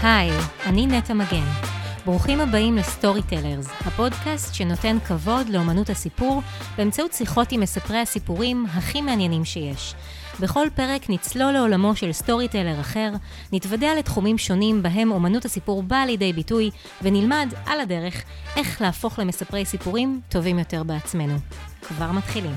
היי, אני נטע מגן. ברוכים הבאים לסטורי טלרס, הפודקאסט שנותן כבוד לאמנות הסיפור באמצעות שיחות עם מספרי הסיפורים הכי מעניינים שיש. בכל פרק נצלול לעולמו של סטורי טלר אחר, נתוודע לתחומים שונים בהם אמנות הסיפור באה לידי ביטוי, ונלמד על הדרך איך להפוך למספרי סיפורים טובים יותר בעצמנו. כבר מתחילים.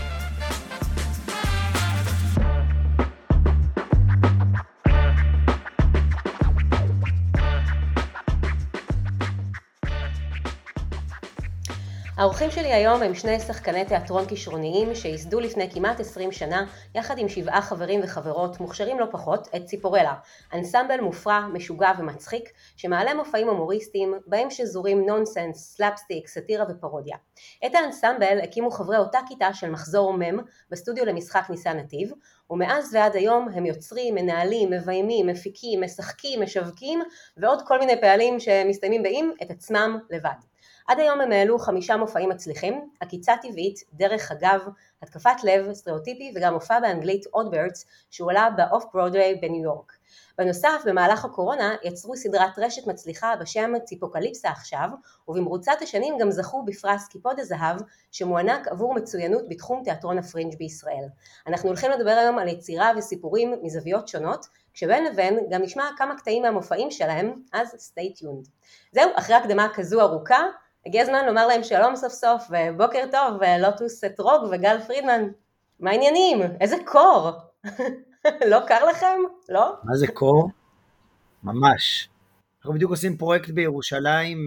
האורחים שלי היום הם שני שחקני תיאטרון כישרוניים שייסדו לפני כמעט 20 שנה, יחד עם 7 חברים וחברות מוכשרים לא פחות, את ציפורלה, אנסמבל מופרע, משוגע ומצחיק, שמעלה מופעים הומוריסטיים, בהם שזורים נונסנס, סלאפסטיק, סאטירה ופרודיה. את האנסמבל הקימו חברי אותה כיתה של מחזור מם בסטודיו למשחק ניסן נתיב, ומאז ועד היום הם יוצרים, מנהלים, מביימים, מפיקים, משחקים, משווקים, ועוד כל מיני פעלים שמסתיימים באים את עצמם לבד. עד היום הם העלו 5 מופעים מצליחים, עקיצה טבעית, דרך אגב, התקפת לב, סטריאוטיפי וגם מופע באנגלית Oddbirds שהועלה באוף ברודווי בניו יורק. בנוסף, במהלך הקורונה יצרו סדרת רשת מצליחה בשם ציפוקליפסה עכשיו, ובמרוצת השנים גם זכו בפרס קיפוד הזהב שמוענק עבור מצוינות בתחום תיאטרון הפרינג' בישראל. אנחנו הולכים לדבר היום על יצירה וסיפורים מזוויות שונות, כשבין לבין גם נשמע כמה קטעים מהמופעים שלהם, אז stay tuned. זהו, אחרי הקדמה כזו ארוכה, הגיע הזמן לומר להם שלום סוף סוף, ובוקר טוב, לוטוס אתרוג וגל פרידמן. מה העניינים? איזה קור! לא קר לכם? לא? מה זה קור? ממש. אנחנו בדיוק עושים פרויקט בירושלים,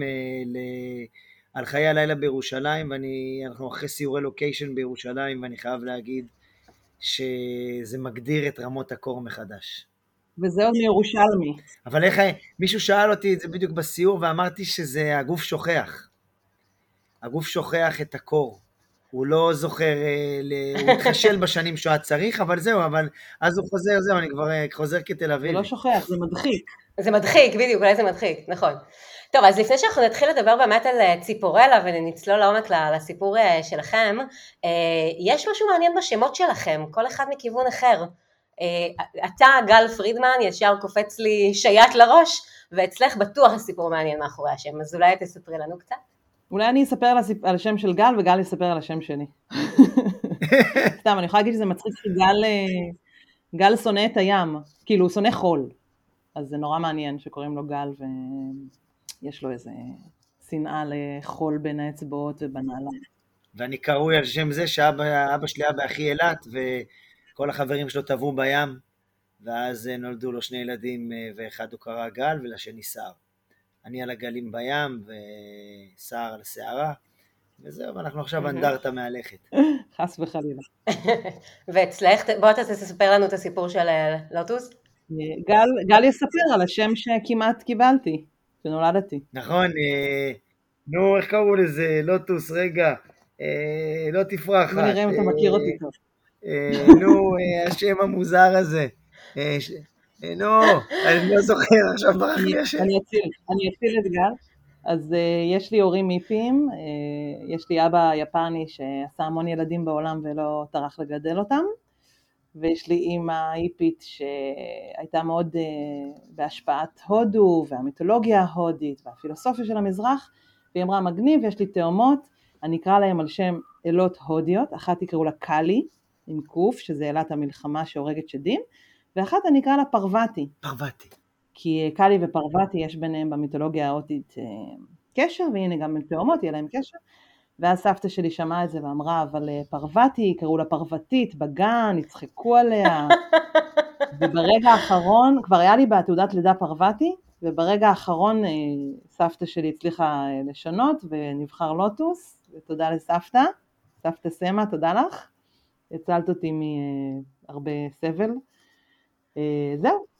על חיי הלילה בירושלים, ואנחנו אחרי סיורי לוקיישן בירושלים, ואני חייב להגיד שזה מגדיר את רמות הקור מחדש. וזה עוד מירושלמי. אבל איך, מישהו שאל אותי את זה בדיוק בסיור, ואמרתי שזה הגוף שוכח. הגוף שוכח את הקור. הוא לא זוכר, הוא מתחשל בשנים שהוא צריך, אבל זהו, אבל אז הוא חוזר, זהו, אני כבר חוזר כתל אביב. זה לא שוכח, זה מדחיק. זה מדחיק, בדיוק, אולי זה מדחיק, נכון. טוב, אז לפני שאנחנו נתחיל לדבר באמת על ציפורלה ונצלול לעומק לסיפור שלכם, יש משהו מעניין בשמות שלכם, כל אחד מכיוון אחר. אתה, גל פרידמן, ישר קופץ לי שייט לראש, ואצלך בטוח הסיפור מעניין מאחורי השם, אז אולי תספרי לנו קצת. אולי אני אספר על השם של גל, וגל יספר על השם שלי. סתם, אני יכולה להגיד שזה מצחיק שגל שונא את הים, כאילו הוא שונא חול. אז זה נורא מעניין שקוראים לו גל, ויש לו איזה שנאה לחול בין האצבעות ובנעליים. ואני קרוי על שם זה שאבא שלי היה באחי אילת, וכל החברים שלו טבעו בים, ואז נולדו לו 2 ילדים, ואחד הוא קרא גל ולשני סער. אני על הגלים בים, וסער על שערה, וזהו, ואנחנו עכשיו אנדרטה מהלכת. חס וחלילה. ואצלך, בוא תספר לנו את הסיפור של לוטוס. גל יספר על השם שכמעט קיבלתי, שנולדתי. נכון, נו, איך קראו לזה? לוטוס, רגע, לא תפרח. בוא נראה אם אתה מכיר אותי טוב. נו, השם המוזר הזה. נו, אני לא זוכר, עכשיו ברח לי השם. אני אציל את גל. אז יש לי הורים היפים, יש לי אבא יפני שעשה המון ילדים בעולם ולא טרח לגדל אותם, ויש לי אמא היפית שהייתה מאוד בהשפעת הודו והמיתולוגיה ההודית והפילוסופיה של המזרח, והיא אמרה מגניב, יש לי תאומות, אני אקרא להם על שם אלות הודיות, אחת יקראו לה קלי עם קוף, שזה אלת המלחמה שהורגת שדים, ואחת אני אקרא לה פרווטי. פרווטי. כי קלי ופרווטי יש ביניהם במיתולוגיה ההודית קשר, והנה גם עם תאומות יהיה להם קשר, ואז סבתא שלי שמעה את זה ואמרה, אבל פרווטי, קראו לה פרוותית בגן, יצחקו עליה, וברגע האחרון, כבר היה לי בתעודת לידה פרווטי, וברגע האחרון סבתא שלי הצליחה לשנות, ונבחר לוטוס, ותודה לסבתא, סבתא סמה, תודה לך, הצלת אותי מהרבה סבל, זהו.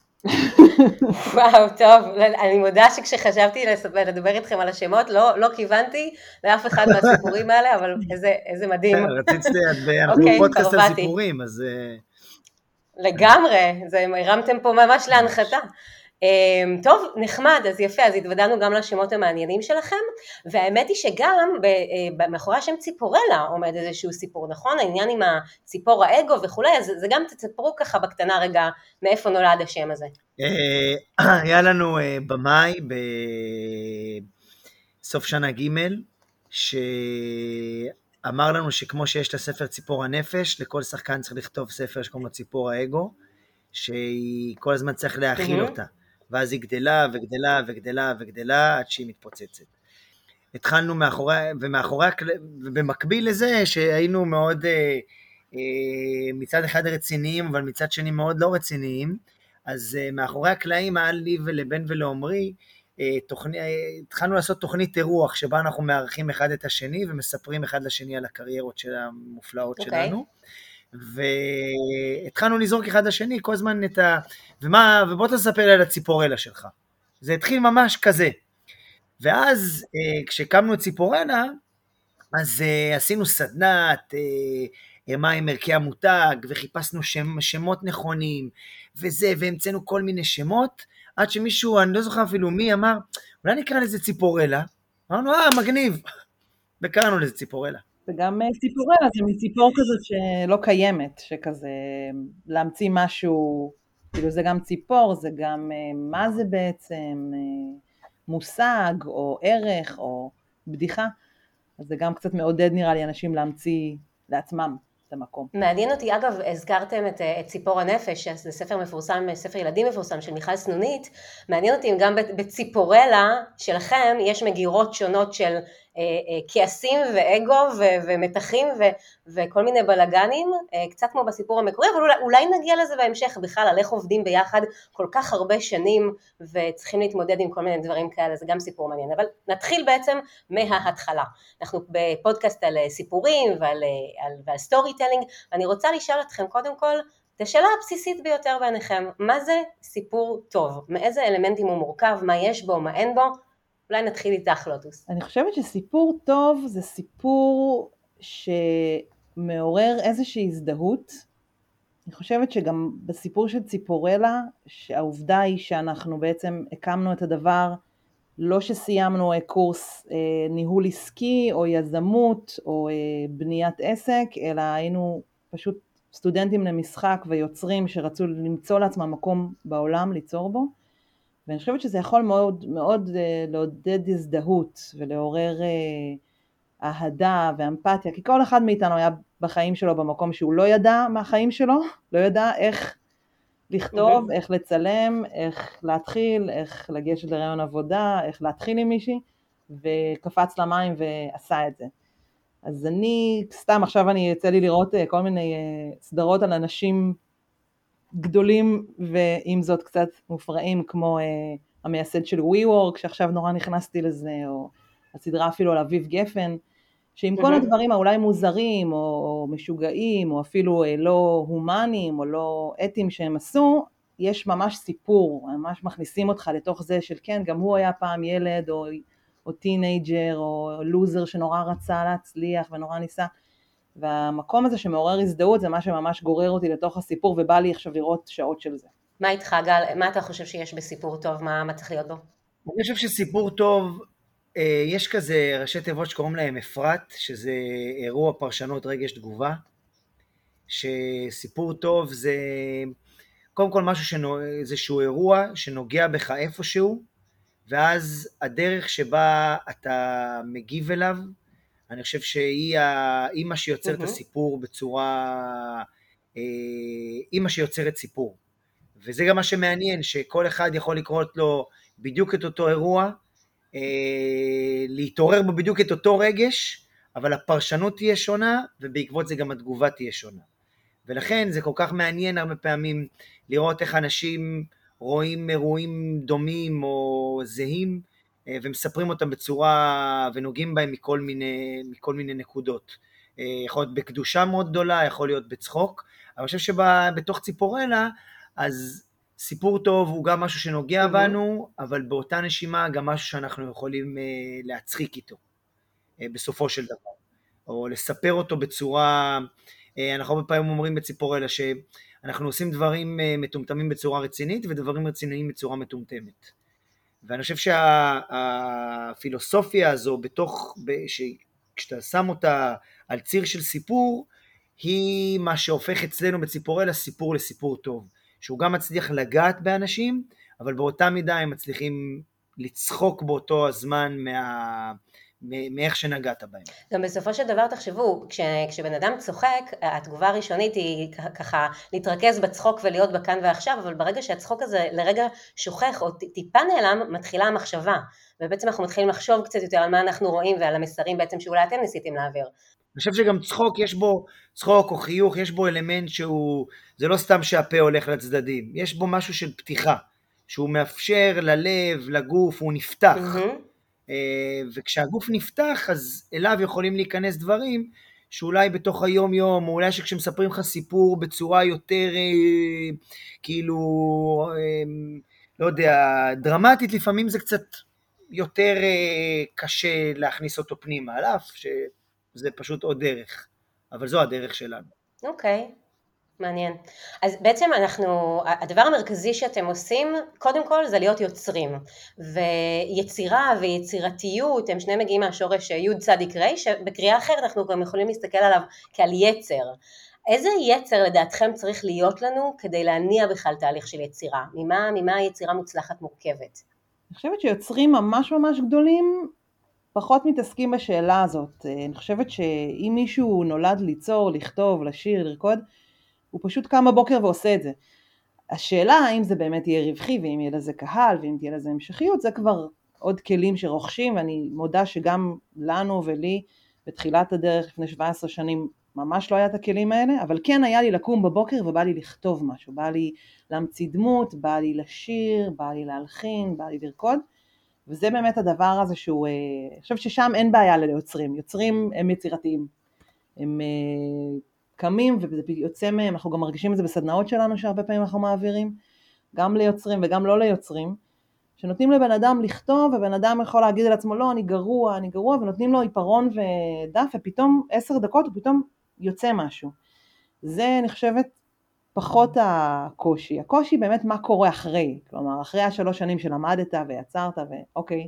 וואו, טוב, אני מודה שכשחשבתי לדבר איתכם על השמות, לא כיוונתי לאף אחד מהסיפורים האלה, אבל איזה מדהים. רציתי אנחנו פודקאסט על סיפורים, אז... לגמרי, הרמתם פה ממש להנחתה. טוב, נחמד, אז יפה, אז התוודענו גם לשמות המעניינים שלכם, והאמת היא שגם מאחורי השם ציפורלה עומד איזשהו סיפור, נכון? העניין עם הציפור האגו וכולי, אז זה גם תספרו ככה בקטנה רגע מאיפה נולד השם הזה. היה לנו במאי בסוף שנה ג' שאמר לנו שכמו שיש את הספר ציפור הנפש, לכל שחקן צריך לכתוב ספר שקוראים לו ציפור האגו, שהיא כל הזמן צריך להאכיל אותה, ואז היא גדלה וגדלה וגדלה וגדלה עד שהיא מתפוצצת. התחלנו ובמקביל לזה שהיינו מאוד מצד אחד רציניים, אבל מצד שני מאוד לא רציניים, אז מאחורי הקלעים היה לי ולבן ולעומרי, התחלנו לעשות תוכנית אירוח, שבה אנחנו מארחים אחד את השני, ומספרים אחד לשני על הקריירות המופלאות שלנו, והתחלנו לזרוק אחד לשני כל הזמן ובוא תספר לי על הציפורלה שלך. זה התחיל ממש כזה. ואז כשקמנו את ציפורלה, אז עשינו סדנת, מה עם ערכי המותג, וחיפשנו שמות נכונים, והמצאנו כל מיני שמות, עד שמישהו, אני לא זוכר אפילו מי, אמר, אולי נקרא לזה ציפורלה? אמרנו, מגניב. וקראנו לזה ציפורלה. וגם ציפורלה זה מציפור כזאת שלא קיימת, שכזה להמציא משהו, כאילו זה גם ציפור, זה גם מה זה בעצם מושג או ערך או בדיחה, אז זה גם קצת מעודד נראה לי אנשים להמציא לעצמם את המקום. מעניין אותי, אגב, הזכרתם את ציפור הנפש, זה ספר מפורסם, ספר ילדים מפורסם של מיכל סנונית, מעניין אותי אם גם בציפורלה שלכם יש מגירות שונות של כעסים ואגו ומתחים וכל מיני בלגנים, קצת כמו בסיפור המקורי, אבל אולי נגיע לזה בהמשך בכלל, על איך עובדים ביחד כל כך הרבה שנים וצריכים להתמודד עם כל מיני דברים כאלה, זה גם סיפור מעניין, אבל נתחיל בעצם מההתחלה. אנחנו בפודקאסט על סיפורים ועל סטורי טלינג, ואני רוצה לשאול אתכם קודם כל, את השאלה הבסיסית ביותר בעיניכם, מה זה סיפור טוב? מאיזה אלמנטים הוא מורכב, מה יש בו, מה אין בו? אולי נתחיל איתך לוטוס. אני חושבת שסיפור טוב זה סיפור שמעורר איזושהי הזדהות. אני חושבת שגם בסיפור של ציפורלה, שהעובדה היא שאנחנו בעצם הקמנו את הדבר, לא שסיימנו קורס ניהול עסקי או יזמות או בניית עסק, אלא היינו פשוט סטודנטים למשחק ויוצרים שרצו למצוא לעצמם מקום בעולם ליצור בו. ואני חושבת שזה יכול מאוד מאוד לעודד הזדהות ולעורר אהדה ואמפתיה, כי כל אחד מאיתנו היה בחיים שלו במקום שהוא לא ידע מהחיים שלו, לא ידע איך לכתוב, איך לצלם, איך להתחיל, איך לגשת לרעיון עבודה, איך להתחיל עם מישהי, וקפץ למים ועשה את זה. אז אני, סתם עכשיו אני יוצא לי לראות כל מיני סדרות על אנשים גדולים ועם זאת קצת מופרעים, כמו המייסד של WeWork, שעכשיו נורא נכנסתי לזה, או הסדרה אפילו על אביב גפן, שעם כל הדברים האולי מוזרים, או משוגעים, או אפילו לא הומניים, או לא אתיים שהם עשו, יש ממש סיפור, ממש מכניסים אותך לתוך זה של כן, גם הוא היה פעם ילד, או טינג'ר, או לוזר שנורא רצה להצליח ונורא ניסה, והמקום הזה שמעורר הזדהות זה מה שממש גורר אותי לתוך הסיפור, ובא לי עכשיו לראות שעות של זה. מה איתך גל? מה אתה חושב שיש בסיפור טוב? מה צריך להיות בו? אני חושב שסיפור טוב, יש כזה ראשי תיבות שקוראים להם אפרת, שזה אירוע פרשנות רגש תגובה, שסיפור טוב זה קודם כל משהו איזשהו אירוע שנוגע בך איפשהו, ואז הדרך שבה אתה מגיב אליו, אני חושב שהיא האמא שיוצרת את הסיפור בצורה, אמא שיוצרת סיפור. וזה גם מה שמעניין, שכל אחד יכול לקרות לו בדיוק את אותו אירוע, להתעורר בו בדיוק את אותו רגש, אבל הפרשנות תהיה שונה, ובעקבות זה גם התגובה תהיה שונה. ולכן זה כל כך מעניין הרבה פעמים לראות איך אנשים רואים אירועים דומים או זהים, ומספרים אותם בצורה, ונוגעים בהם מכל מיני נקודות. יכול להיות בקדושה מאוד גדולה, יכול להיות בצחוק, אבל אני חושב שבתוך ציפורלה, אז סיפור טוב הוא גם משהו שנוגע בנו, אבל באותה נשימה גם משהו שאנחנו יכולים להצחיק איתו, בסופו של דבר. או לספר אותו בצורה אנחנו הרבה פעמים אומרים בציפורלה שאנחנו עושים דברים מטומטמים בצורה רצינית, ודברים רציניים בצורה מטומטמת. ואני חושב שהפילוסופיה הזו, כשאתה שם אותה על ציר של סיפור, היא מה שהופך אצלנו בציפורלה סיפור לסיפור טוב, שהוא גם מצליח לגעת באנשים, אבל באותה מידה הם מצליחים לצחוק באותו הזמן מאיך שנגעת בהם. גם בסופו של דבר תחשבו, כשבן אדם צוחק, התגובה הראשונית היא ככה להתרכז בצחוק ולהיות בכאן ועכשיו, אבל ברגע שהצחוק הזה לרגע שוכח או טיפה נעלם, מתחילה המחשבה, ובעצם אנחנו מתחילים לחשוב קצת יותר על מה אנחנו רואים ועל המסרים בעצם שאולי אתם ניסיתם להעביר. אני חושב שגם צחוק, יש בו צחוק או חיוך, יש בו אלמנט זה לא סתם שהפה הולך לצדדים, יש בו משהו של פתיחה, שהוא מאפשר ללב, לגוף, הוא נפתח. וכשהגוף נפתח, אז אליו יכולים להיכנס דברים שאולי בתוך היום יום, או אולי שכשמספרים לך סיפור בצורה יותר, כאילו, לא יודע, דרמטית, לפעמים זה קצת יותר קשה להכניס אותו פנימה, על אף שזה פשוט עוד דרך, אבל זו הדרך שלנו. אוקיי. מעניין. אז בעצם הדבר המרכזי שאתם עושים, קודם כל זה להיות יוצרים, ויצירה ויצירתיות, הם שני מגיעים מהשורש י' צדיק ר', שבקריאה אחרת אנחנו גם יכולים להסתכל עליו כעל יצר. איזה יצר לדעתכם צריך להיות לנו כדי להניע בכלל תהליך של יצירה? ממה היצירה מוצלחת מורכבת? אני חושבת שיוצרים ממש ממש גדולים פחות מתעסקים בשאלה הזאת. אני חושבת שאם מישהו נולד ליצור, לכתוב, לשיר, לרקוד, הוא פשוט קם בבוקר ועושה את זה. השאלה האם זה באמת יהיה רווחי, ואם יהיה לזה קהל, ואם תהיה לזה המשכיות, זה כבר עוד כלים שרוכשים, ואני מודה שגם לנו ולי, בתחילת הדרך לפני 17 שנים, ממש לא היה את הכלים האלה, אבל כן היה לי לקום בבוקר ובא לי לכתוב משהו, בא לי להמציא דמות, בא לי לשיר, בא לי להלחין, בא לי לרקוד, וזה באמת הדבר הזה שהוא, אני חושב ששם אין בעיה ליוצרים, יוצרים הם יצירתיים, הם קמים וזה יוצא מהם, אנחנו גם מרגישים את זה בסדנאות שלנו שהרבה פעמים אנחנו מעבירים, גם ליוצרים וגם לא ליוצרים, שנותנים לבן אדם לכתוב, ובן אדם יכול להגיד על עצמו, לא, אני גרוע, ונותנים לו עיפרון ודף, ופתאום 10 דקות הוא פתאום יוצא משהו. זה אני חושבת פחות הקושי. הקושי באמת מה קורה אחרי, כלומר, אחרי 3 שנים שלמדת ויצרת, ואוקיי,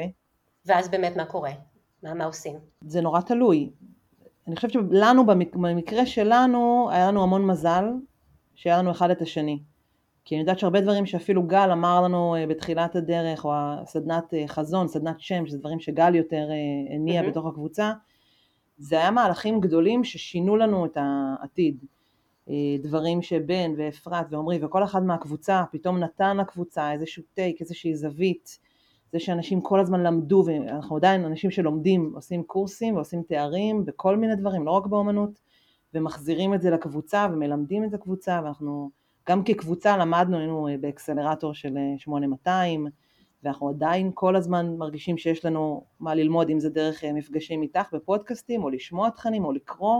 ואז באמת מה קורה? מה עושים? זה נורא תלוי. אני חושבת שלנו, במקרה שלנו, היה לנו המון מזל, שהיה לנו אחד את השני. כי אני יודעת שהרבה דברים שאפילו גל אמר לנו בתחילת הדרך, או סדנת חזון, סדנת שם, שזה דברים שגל יותר הניע בתוך הקבוצה, זה היה מהלכים גדולים ששינו לנו את העתיד. דברים שבן ואפרת ועומרי וכל אחד מהקבוצה, פתאום נתן לקבוצה איזשהו טייק, איזושהי זווית, זה שאנשים כל הזמן למדו, ואנחנו עדיין אנשים שלומדים, עושים קורסים ועושים תארים בכל מיני דברים, לא רק באומנות, ומחזירים את זה לקבוצה ומלמדים את הקבוצה, ואנחנו גם כקבוצה למדנו, היינו באקסלרטור של 8200, ואנחנו עדיין כל הזמן מרגישים שיש לנו מה ללמוד, אם זה דרך מפגשים איתך בפודקאסטים, או לשמוע תכנים, או לקרוא,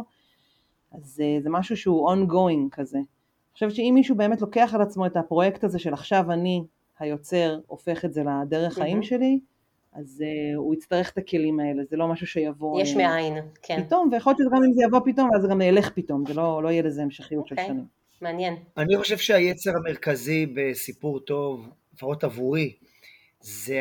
אז זה משהו שהוא ongoing כזה. אני חושבת שאם מישהו באמת לוקח על עצמו את הפרויקט הזה של עכשיו אני היוצר הופך את זה לדרך חיים שלי, אז הוא יצטרך את הכלים האלה, זה לא משהו שיבוא יש מאין, כן. פתאום, ויכול להיות שגם אם זה יבוא פתאום, אז זה גם ילך פתאום, זה לא יהיה לזה המשכיות של שנים. מעניין. אני חושב שהיצר המרכזי בסיפור טוב, לפחות עבורי, זה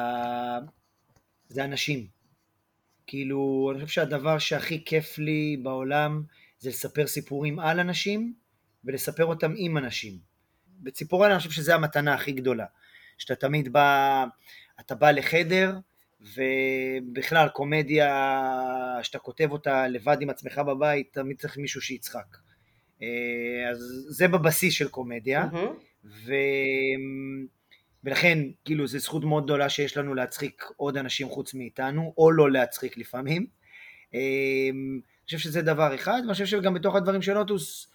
אנשים. כאילו, אני חושב שהדבר שהכי כיף לי בעולם, זה לספר סיפורים על אנשים, ולספר אותם עם אנשים. בציפורלה אני חושב שזה המתנה הכי גדולה. שאתה תמיד אתה בא לחדר, ובכלל קומדיה, שאתה כותב אותה לבד עם עצמך בבית, תמיד צריך מישהו שיצחק. אז זה בבסיס של קומדיה, ולכן כאילו זו זכות מאוד גדולה שיש לנו להצחיק עוד אנשים חוץ מאיתנו, או לא להצחיק לפעמים. אני חושב שזה דבר אחד, ואני חושב שגם בתוך הדברים של לוטוס,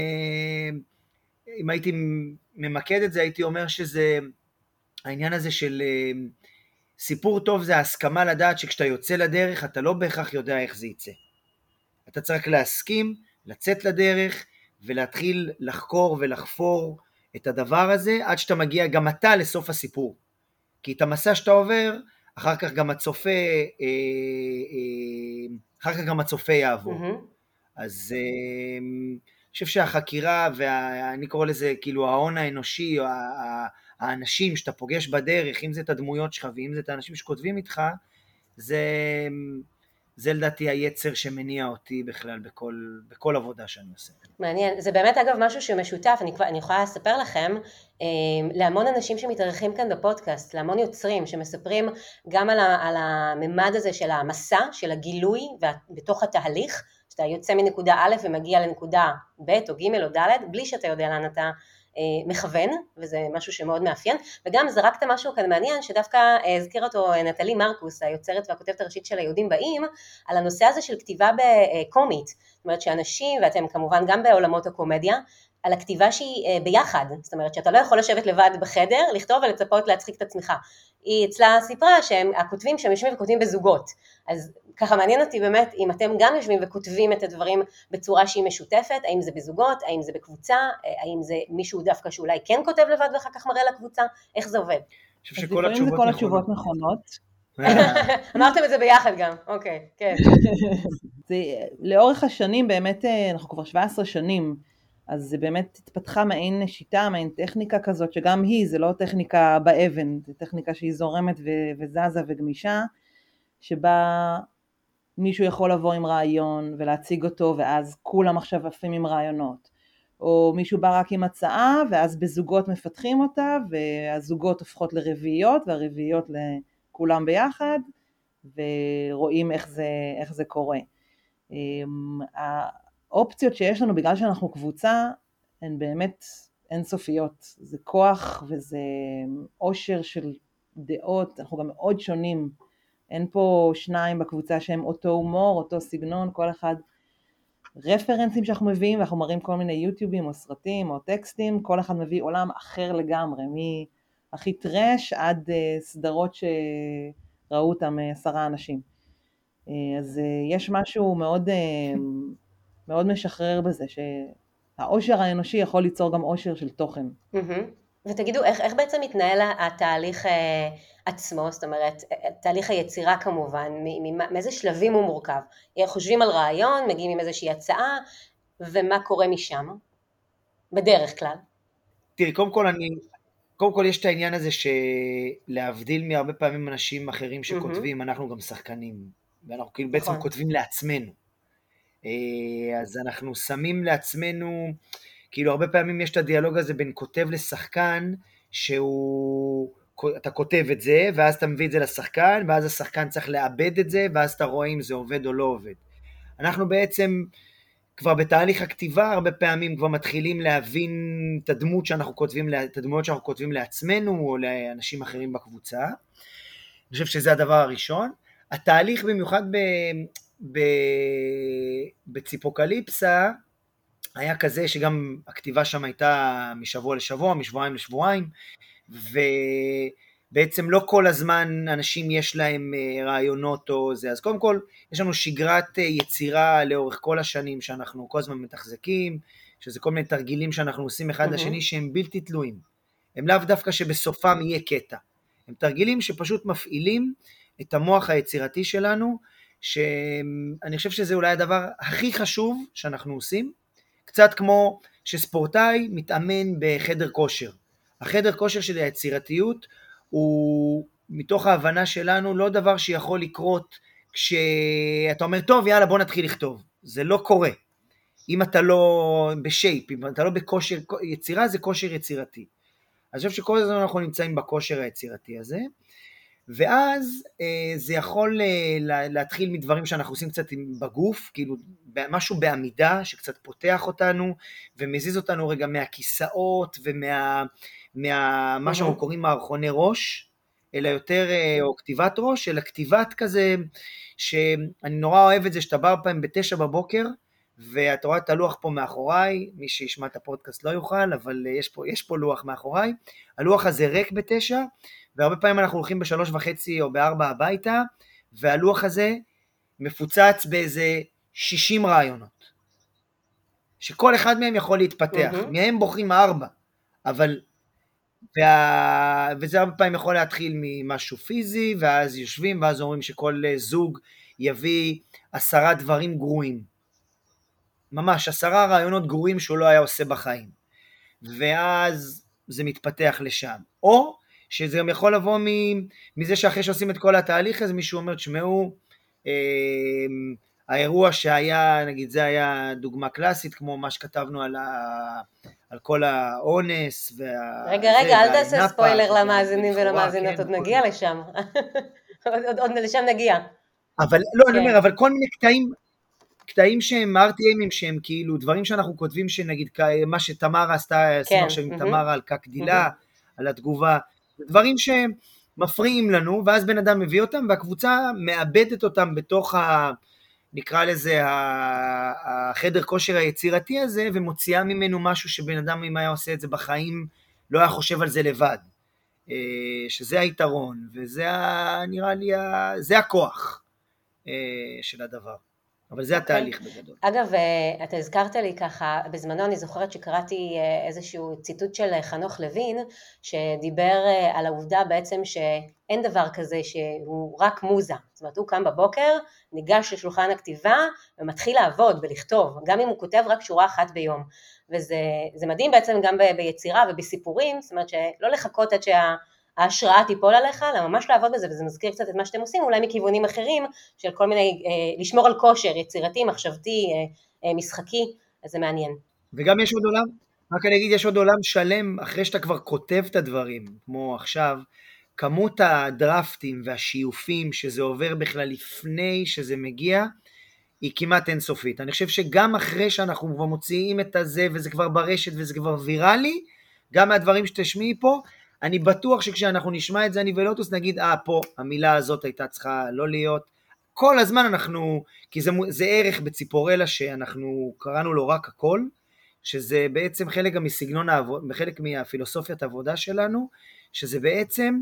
אם הייתי ממקד את זה, הייתי אומר שזה העניין הזה של סיפור טוב, זה ההסכמה לדעת שכשאתה יוצא לדרך, אתה לא בהכרח יודע איך זה יצא. אתה צריך להסכים, לצאת לדרך, ולהתחיל לחקור ולחפור את הדבר הזה, עד שאתה מגיע גם אתה לסוף הסיפור. כי את המסע שאתה עובר, אחר כך גם הצופה יעבור. אז אני חושב שהחקירה, ואני קורא לזה כאילו ההון האנושי, או האנשים שאתה פוגש בדרך, אם זה את הדמויות שלך, ואם זה את האנשים שכותבים איתך, זה לדעתי היצר שמניע אותי בכלל בכל עבודה שאני עושה. מעניין, זה באמת אגב משהו שמשותף, אני יכולה לספר לכם, להמון אנשים שמתארחים כאן בפודקאסט, להמון יוצרים שמספרים גם על הממד הזה של המסע, של הגילוי, בתוך התהליך, שאתה יוצא מנקודה א' ומגיע לנקודה ב' או ג' או ד', בלי שאתה יודע לאן אתה מכוון, וזה משהו שמאוד מאפיין, וגם זרקת משהו כאן מעניין, שדווקא הזכיר אותו נטלי מרקוס, היוצרת והכותבת הראשית של היהודים באים, על הנושא הזה של כתיבה בקומית, זאת אומרת שאנשים, ואתם כמובן גם בעולמות הקומדיה, על הכתיבה שהיא ביחד, זאת אומרת שאתה לא יכול לשבת לבד בחדר, לכתוב ולצפות להצחיק את עצמך. היא אצלה סיפרה שהם הכותבים שהם יושבים וכותבים בזוגות, אז ככה מעניין אותי באמת אם אתם גם יושבים וכותבים את הדברים בצורה שהיא משותפת, האם זה בזוגות, האם זה בקבוצה, האם זה מישהו דווקא שאולי כן כותב לבד ואחר כך מראה לקבוצה, איך זה עובד? אז לפעמים זה כל התשובות נכונות. אמרתם את זה ביחד גם, אוקיי, כן. לאורך השנים באמת, אנחנו כבר 17 שנים, אז זה באמת התפתחה מעין שיטה, מעין טכניקה כזאת, שגם היא, זה לא טכניקה באבן, זה טכניקה שהיא זורמת וזזה וגמישה, שבה מישהו יכול לבוא עם רעיון ולהציג אותו, ואז כולם עכשיו עפים עם רעיונות. או מישהו בא רק עם הצעה, ואז בזוגות מפתחים אותה, והזוגות הופכות לרביעיות, והרביעיות לכולם ביחד, ורואים איך זה קורה. האופציות שיש לנו בגלל שאנחנו קבוצה, הן באמת אינסופיות. זה כוח וזה עושר של דעות, אנחנו גם מאוד שונים. אין פה שניים בקבוצה שהם אותו הומור, אותו סגנון, כל אחד רפרנסים שאנחנו מביאים, ואנחנו מראים כל מיני יוטיובים או סרטים או טקסטים, כל אחד מביא עולם אחר לגמרי, מהכי טרש עד סדרות שראו אותם 10 אנשים. אז יש משהו מאוד, מאוד משחרר בזה, שהאושר האנושי יכול ליצור גם אושר של תוכן. ותגידו, איך בעצם מתנהל התהליך עצמו, זאת אומרת, תהליך היצירה כמובן, מאיזה שלבים הוא מורכב? חושבים על רעיון, מגיעים עם איזושהי הצעה, ומה קורה משם? בדרך כלל. תראי, קודם כל יש את העניין הזה שלהבדיל מהרבה פעמים אנשים אחרים שכותבים, אנחנו גם שחקנים, ואנחנו כאילו בעצם כותבים לעצמנו. אז אנחנו שמים לעצמנו, כאילו הרבה פעמים יש את הדיאלוג הזה בין כותב לשחקן, אתה כותב את זה, ואז אתה מביא את זה לשחקן, ואז השחקן צריך לאבד את זה, ואז אתה רואה אם זה עובד או לא עובד. אנחנו בעצם כבר בתהליך הכתיבה, הרבה פעמים כבר מתחילים להבין את הדמות שאנחנו כותבים לעצמנו, או לאנשים אחרים בקבוצה. אני חושב שזה הדבר הראשון. התהליך במיוחד בציפוקליפסה, היה כזה שגם הכתיבה שם הייתה משבוע לשבוע, משבועיים לשבועיים, ובעצם לא כל הזמן אנשים יש להם רעיונות או זה, אז קודם כל יש לנו שגרת יצירה לאורך כל השנים שאנחנו כל הזמן מתחזקים, שזה כל מיני תרגילים שאנחנו עושים אחד לשני שהם בלתי תלויים, הם לאו דווקא שבסופם יהיה קטע, הם תרגילים שפשוט מפעילים את המוח היצירתי שלנו, שאני חושב שזה אולי הדבר הכי חשוב שאנחנו עושים, קצת כמו שספורטאי מתאמן בחדר כושר. החדר כושר של היצירתיות הוא מתוך ההבנה שלנו לא דבר שיכול לקרות כשאתה אומר טוב יאללה בוא נתחיל לכתוב. זה לא קורה. אם אתה לא בשייפ, אם אתה לא בכושר יצירה זה כושר יצירתי. אני חושב שכל הזמן אנחנו נמצאים בכושר היצירתי הזה. ואז זה יכול להתחיל מדברים שאנחנו עושים קצת בגוף, כאילו משהו בעמידה שקצת פותח אותנו ומזיז אותנו רגע מהכיסאות מה שאנחנו קוראים מערכוני ראש, אלא יותר, או כתיבת ראש, אלא כתיבת כזה, שאני נורא אוהב את זה, שאתה בא פעם 9 בבוקר, ואתה רואה את הלוח פה מאחוריי, מי שישמע את הפודקאסט לא יוכל, אבל יש פה לוח מאחוריי, הלוח הזה ריק 9, והרבה פעמים אנחנו הולכים 3:30 או 4 הביתה, והלוח הזה מפוצץ באיזה 60 רעיונות, שכל אחד מהם יכול להתפתח, מהם בוחרים 4, אבל, וזה הרבה פעמים יכול להתחיל ממשהו פיזי, ואז יושבים, ואז אומרים שכל זוג יביא 10 דברים גרועים, ממש 10 רעיונות גרועים שהוא לא היה עושה בחיים. ואז זה מתפתח לשם. או שזה גם יכול לבוא מזה שאחרי שעושים את כל התהליך הזה, מישהו אומר, תשמעו, האירוע שהיה, נגיד זה היה דוגמה קלאסית, כמו מה שכתבנו על כל האונס. רגע, אל תעשה ספוילר למאזינים ולמאזינות, עוד נגיע לשם. עוד לשם נגיע. אבל לא, אני אומר, אבל כל מיני קטעים שהם RTM'ים, שהם כאילו דברים שאנחנו כותבים, שנגיד מה שתמרה עשתה, עשינו עכשיו עם תמרה על קקדילה, על התגובה, דברים שמפריעים לנו, ואז בן אדם מביא אותם, והקבוצה מאבדת אותם בתוך נקרא לזה החדר כושר היצירתי הזה, ומוציאה ממנו משהו שבן אדם אם היה עושה את זה בחיים, לא היה חושב על זה לבד. שזה היתרון, וזה נראה לי, זה הכוח של הדבר. אבל זה התהליך בגדול. אגב, אתה הזכרת לי ככה, בזמנו אני זוכרת שקראתי איזשהו ציטוט של חנוך לוין, שדיבר על העובדה בעצם שאין דבר כזה שהוא רק מוזה. זאת אומרת, הוא קם בבוקר, ניגש לשולחן הכתיבה, ומתחיל לעבוד ולכתוב, גם אם הוא כותב רק שורה אחת ביום. וזה מדהים בעצם גם ביצירה ובסיפורים, זאת אומרת שלא לחכות עד ההשראה תיפול עליך, אלא ממש לעבוד בזה, וזה מזכיר קצת את מה שאתם עושים, אולי מכיוונים אחרים, של כל מיני, לשמור על כושר, יצירתי, מחשבתי, משחקי, אז זה מעניין. וגם יש עוד עולם, רק אני אגיד, יש עוד עולם שלם, אחרי שאתה כבר כותב את הדברים, כמו עכשיו, כמות הדרפטים והשיופים, שזה עובר בכלל לפני שזה מגיע, היא כמעט אינסופית. אני חושב שגם אחרי שאנחנו כבר מוציאים את הזה, וזה כבר ברשת, וזה כבר ויראלי, גם מהדברים שתשמיעי פה, אני בטוח שכשאנחנו נשמע את זה, אני ולוטוס נגיד, פה, המילה הזאת הייתה צריכה לא להיות. כל הזמן אנחנו, כי זה ערך בציפורלה שאנחנו קראנו לו רק הכל, שזה בעצם חלק גם מסגנון העבודה, חלק מהפילוסופיית העבודה שלנו, שזה בעצם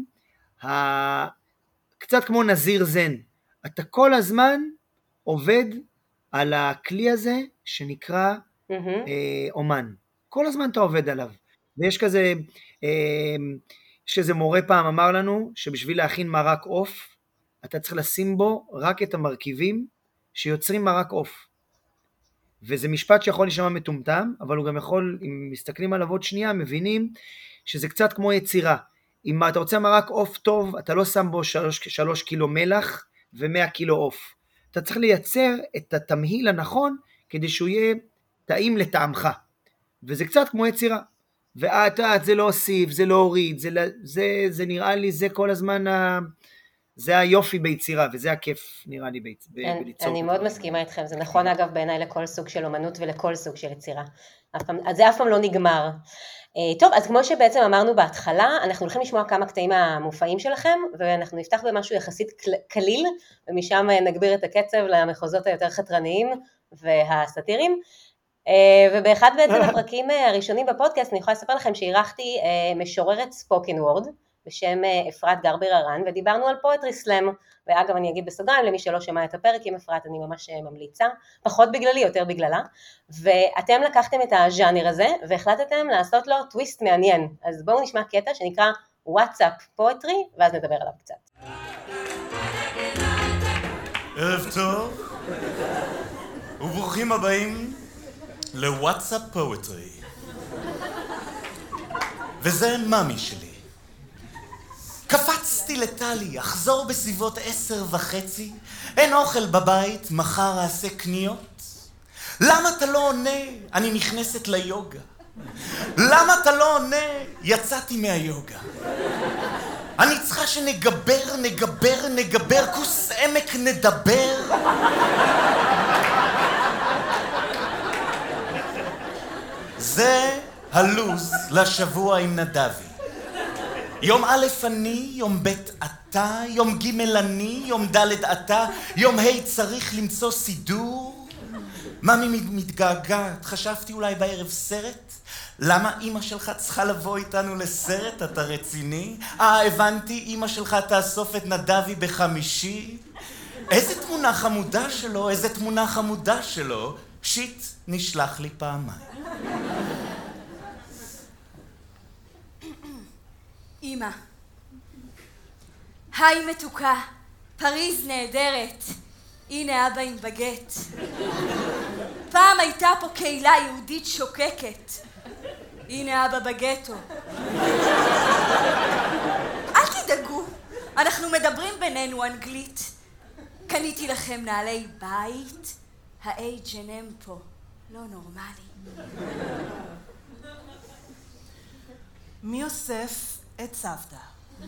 קצת כמו נזיר זן. אתה כל הזמן עובד על הכלי הזה שנקרא אומן. כל הזמן אתה עובד עליו. ויש כזה, שזה מורה פעם אמר לנו, שבשביל להכין מרק עוף, אתה צריך לשים בו רק את המרכיבים שיוצרים מרק עוף. וזה משפט שיכול להישמע מטומטם, אבל הוא גם יכול, אם מסתכלים עליו עוד שנייה, מבינים שזה קצת כמו יצירה. אם אתה רוצה מרק עוף טוב, אתה לא שם בו 3 קילו מלח ו100 קילו עוף. אתה צריך לייצר את התמהיל הנכון, כדי שהוא יהיה טעים לטעמך. וזה קצת כמו יצירה. זה לא הוסיף, זה לא הוריד, זה נראה לי, זה כל הזמן, זה היופי ביצירה, וזה הכיף נראה לי בליצור. אני מאוד מסכימה איתכם, זה נכון אגב בעיניי לכל סוג של אומנות ולכל סוג של יצירה. זה אף פעם לא נגמר. טוב, אז כמו שבעצם אמרנו בהתחלה, אנחנו הולכים לשמוע כמה קטעים המופעים שלכם, ואנחנו נפתח במשהו יחסית קליל, ומשם נגביר את הקצב למחוזות היותר חתרניים והסאטיריים. ובאחד בעצם הפרקים הראשונים בפודקאסט אני יכולה לספר לכם שהירחתי משוררת ספוקן וורד בשם אפרת גרבר הרן, ודיברנו על פואטרי סלאם, ואגב אני אגיד בסוגריים למי שלא שמע את הפרק עם אפרת, אני ממש ממליצה, פחות בגללי, יותר בגללה, ואתם לקחתם את הז'אנר הזה והחלטתם לעשות לו טוויסט מעניין, אז בואו נשמע קטע שנקרא וואטסאפ פואטרי, ואז נדבר עליו קצת. ערב טוב, וברוכים הבאים לוואטסאפ פואטרי. וזה מאמי שלי. קפצתי לטלי, אחזור בסביבות 10:30, אין אוכל בבית, מחר אעשה קניות. למה אתה לא עונה? אני נכנסת ליוגה. למה אתה לא עונה? יצאתי מהיוגה. אני צריכה שנגבר, כוס עמק נדבר. זה הלוז לשבוע עם נדבי. יום א' אני, יום ב' אתה, יום ג' אני, יום ד' אתה, יום ה' צריך למצוא סידור. ממי מתגעגעת, חשבתי אולי בערב סרט? למה אמא שלך צריכה לבוא איתנו לסרט? אתה רציני? הבנתי, אמא שלך תאסוף את נדבי בחמישי. איזה תמונה חמודה שלו, שיט נשלח לי פעמיים. אמא, היי מתוקה, פריז נהדרת, הנה אבא עם בגט. פעם הייתה פה קהילה יהודית שוקקת. הנה אבא בגטו. אל תדאגו, אנחנו מדברים בינינו אנגלית. קניתי לכם נעלי בית, ה-H&M פה לא נורמלי. מי אוסף את סבתא?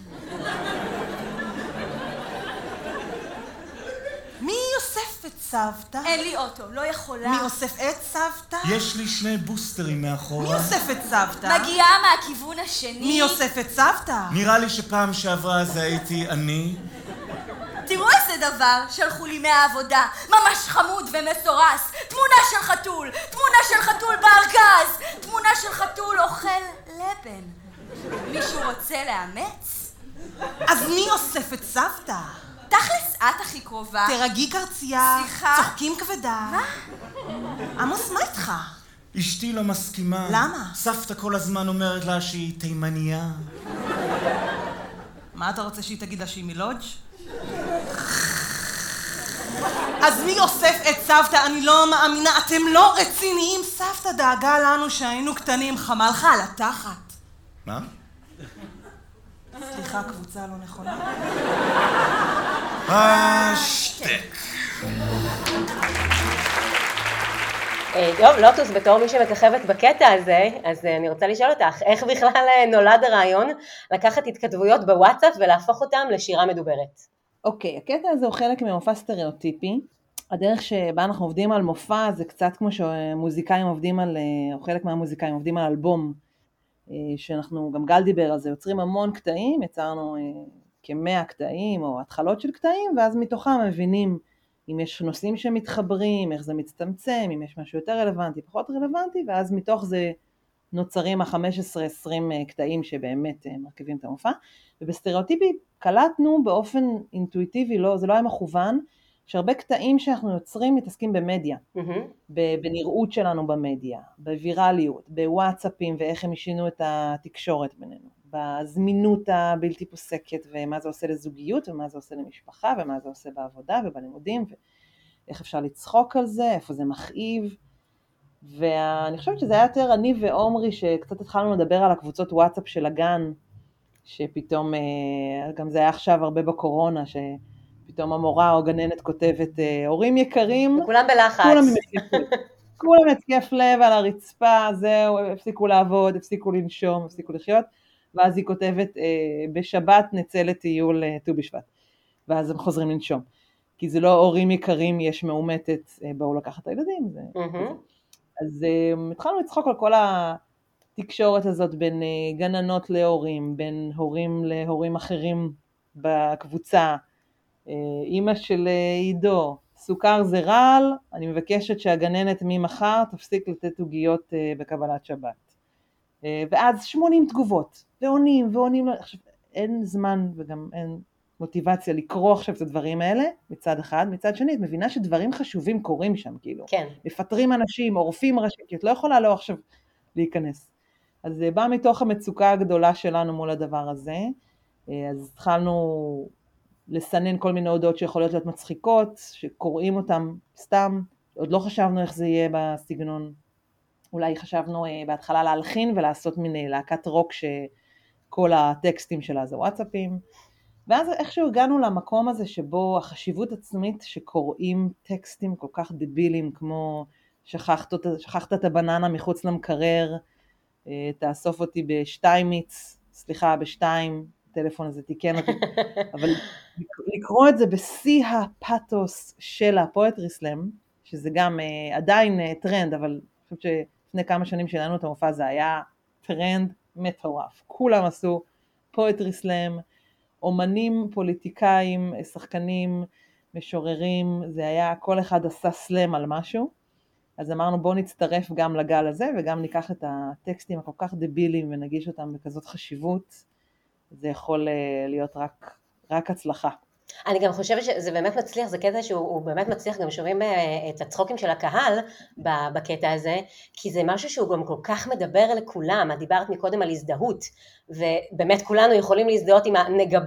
מי אוסף את סבתא? אין לי אוטו, לא יכולה. מי אוסף את סבתא? יש לי 2 בוסטרים מאחורה. מי אוסף את סבתא? מגיעה מהכיוון השני. מי אוסף את סבתא? נראה לי שפעם שעברה זה הייתי אני. תראו איזה דבר שלחו לי מהעבודה, ממש חמוד ומסורס. תמונה של חתול, תמונה של חתול בארגז, תמונה של חתול אוכל לבן. מישהו רוצה לאמץ? אז מי אוסף את סבתא? תכלס את הכי קרובה. תרגי קרצייה. סליחה. צוחקים כבדה. מה? עמוס, מה איתך? אשתי לא מסכימה. למה? סבתא כל הזמן אומרת לה שהיא תימניה. מה אתה רוצה שהיא תגיד לה שהיא מלודג'? אז מי אוסף את סבתא? אני לא מאמינה, אתם לא רציניים. סבתא דאגה לנו שהיינו קטנים, חמה לך על התחת. מה? סליחה, קבוצה לא נכונה. השטק. טוב, לוטוס, בתור מי שמככבת בקטע הזה, אז אני רוצה לשאול אותך, איך בכלל נולד הרעיון לקחת התכתבויות בוואטסאפ ולהפוך אותם לשירה מדוברת? אוקיי, הקטע הזה הוא חלק ממופע סטריאוטיפי. הדרך שבה אנחנו עובדים על מופע זה קצת כמו שמוזיקאים עובדים על, או חלק מהמוזיקאים עובדים על אלבום, שאנחנו, גם גל דיבר על זה, יוצרים המון קטעים, יצרנו כ100 קטעים או התחלות של קטעים, ואז מתוכם מבינים אם יש נושאים שמתחברים, איך זה מצטמצם, אם יש משהו יותר רלוונטי, פחות רלוונטי, ואז מתוך זה נוצרים ה-15-20 קטעים שבאמת מרכיבים את המופע. ובסטריאוטיפי קלטנו באופן אינטואיטיבי, זה לא היה מכוון, שהרבה קטעים שאנחנו יוצרים מתעסקים במדיה, בנראות שלנו במדיה, בווירליות, בוואטסאפים ואיך הם השינו את התקשורת בינינו, בזמינות הבלתי פוסקת ומה זה עושה לזוגיות ומה זה עושה למשפחה ומה זה עושה בעבודה ובלימודים ואיך אפשר לצחוק על זה, איפה זה מכאיב. ואני חושבת שזה היה יותר אני ועומרי שקצת התחלנו לדבר על הקבוצות וואטסאפ של הגן, שפתאום, גם זה היה עכשיו הרבה בקורונה, שפתאום המורה או גננת כותבת, הורים יקרים, וכולם בלחץ. כולם התקף לב על הרצפה, זהו, הפסיקו לעבוד, הפסיקו לנשום, הפסיקו לחיות, ואז היא כותבת, בשבת נצא לטיול ט"ו בשבט, ואז הם חוזרים לנשום, כי זה לא הורים יקרים, יש מאומתת, באו לקחת את הילדים, אז התחלנו לצחוק על כל התקשורת הזאת בין גננות להורים, בין הורים להורים אחרים בקבוצה, אמא של עידו, סוכר זה רעל, אני מבקשת שהגננת ממחר תפסיק לתת עוגיות בקבלת שבת. ואז 80 תגובות, ועונים, עכשיו אין זמן וגם אין מוטיבציה לקרוא עכשיו את הדברים האלה, מצד אחד, מצד שני, את מבינה שדברים חשובים קורים שם, כאילו. כן. מפטרים אנשים, עורפים ראשים, כי את לא יכולה לא עכשיו להיכנס. אז זה בא מתוך המצוקה הגדולה שלנו מול הדבר הזה, אז התחלנו לסנן כל מיני הודעות שיכולות להיות מצחיקות, שקוראים אותם סתם, עוד לא חשבנו איך זה יהיה בסגנון, אולי חשבנו בהתחלה להלחין ולעשות מין להקת רוק שכל הטקסטים שלה זה וואטסאפים, ואז איכשהו הגענו למקום הזה שבו החשיבות עצמית שקוראים טקסטים כל כך דבילים כמו שכחת את הבננה מחוץ למקרר, תאסוף אותי בשתיים-מיץ, סליחה בשתיים, הטלפון הזה תיקן אותי, אבל לקרוא את זה בשיא הפאתוס של הפואטרי סלאם, שזה גם עדיין טרנד, אבל אני חושבת שלפני כמה שנים שלנו את המופע זה היה טרנד מטורף, כולם עשו פואטרי סלאם, אומנים, פוליטיקאים, שחקנים, משוררים, זה היה, כל אחד עשה סלאם על משהו, אז אמרנו בואו נצטרף גם לגל הזה, וגם ניקח את הטקסטים הכל כך דבילים, ונגיש אותם בכזאת חשיבות, זה יכול להיות רק הצלחה. אני גם חושבת שזה באמת מצליח, זה קטע שהוא באמת מצליח, גם שומעים את הצחוקים של הקהל בקטע הזה, כי זה משהו שהוא גם כל כך מדבר לכולם, את דיברת מקודם על הזדהות, ובאמת כולנו יכולים להזדהות עם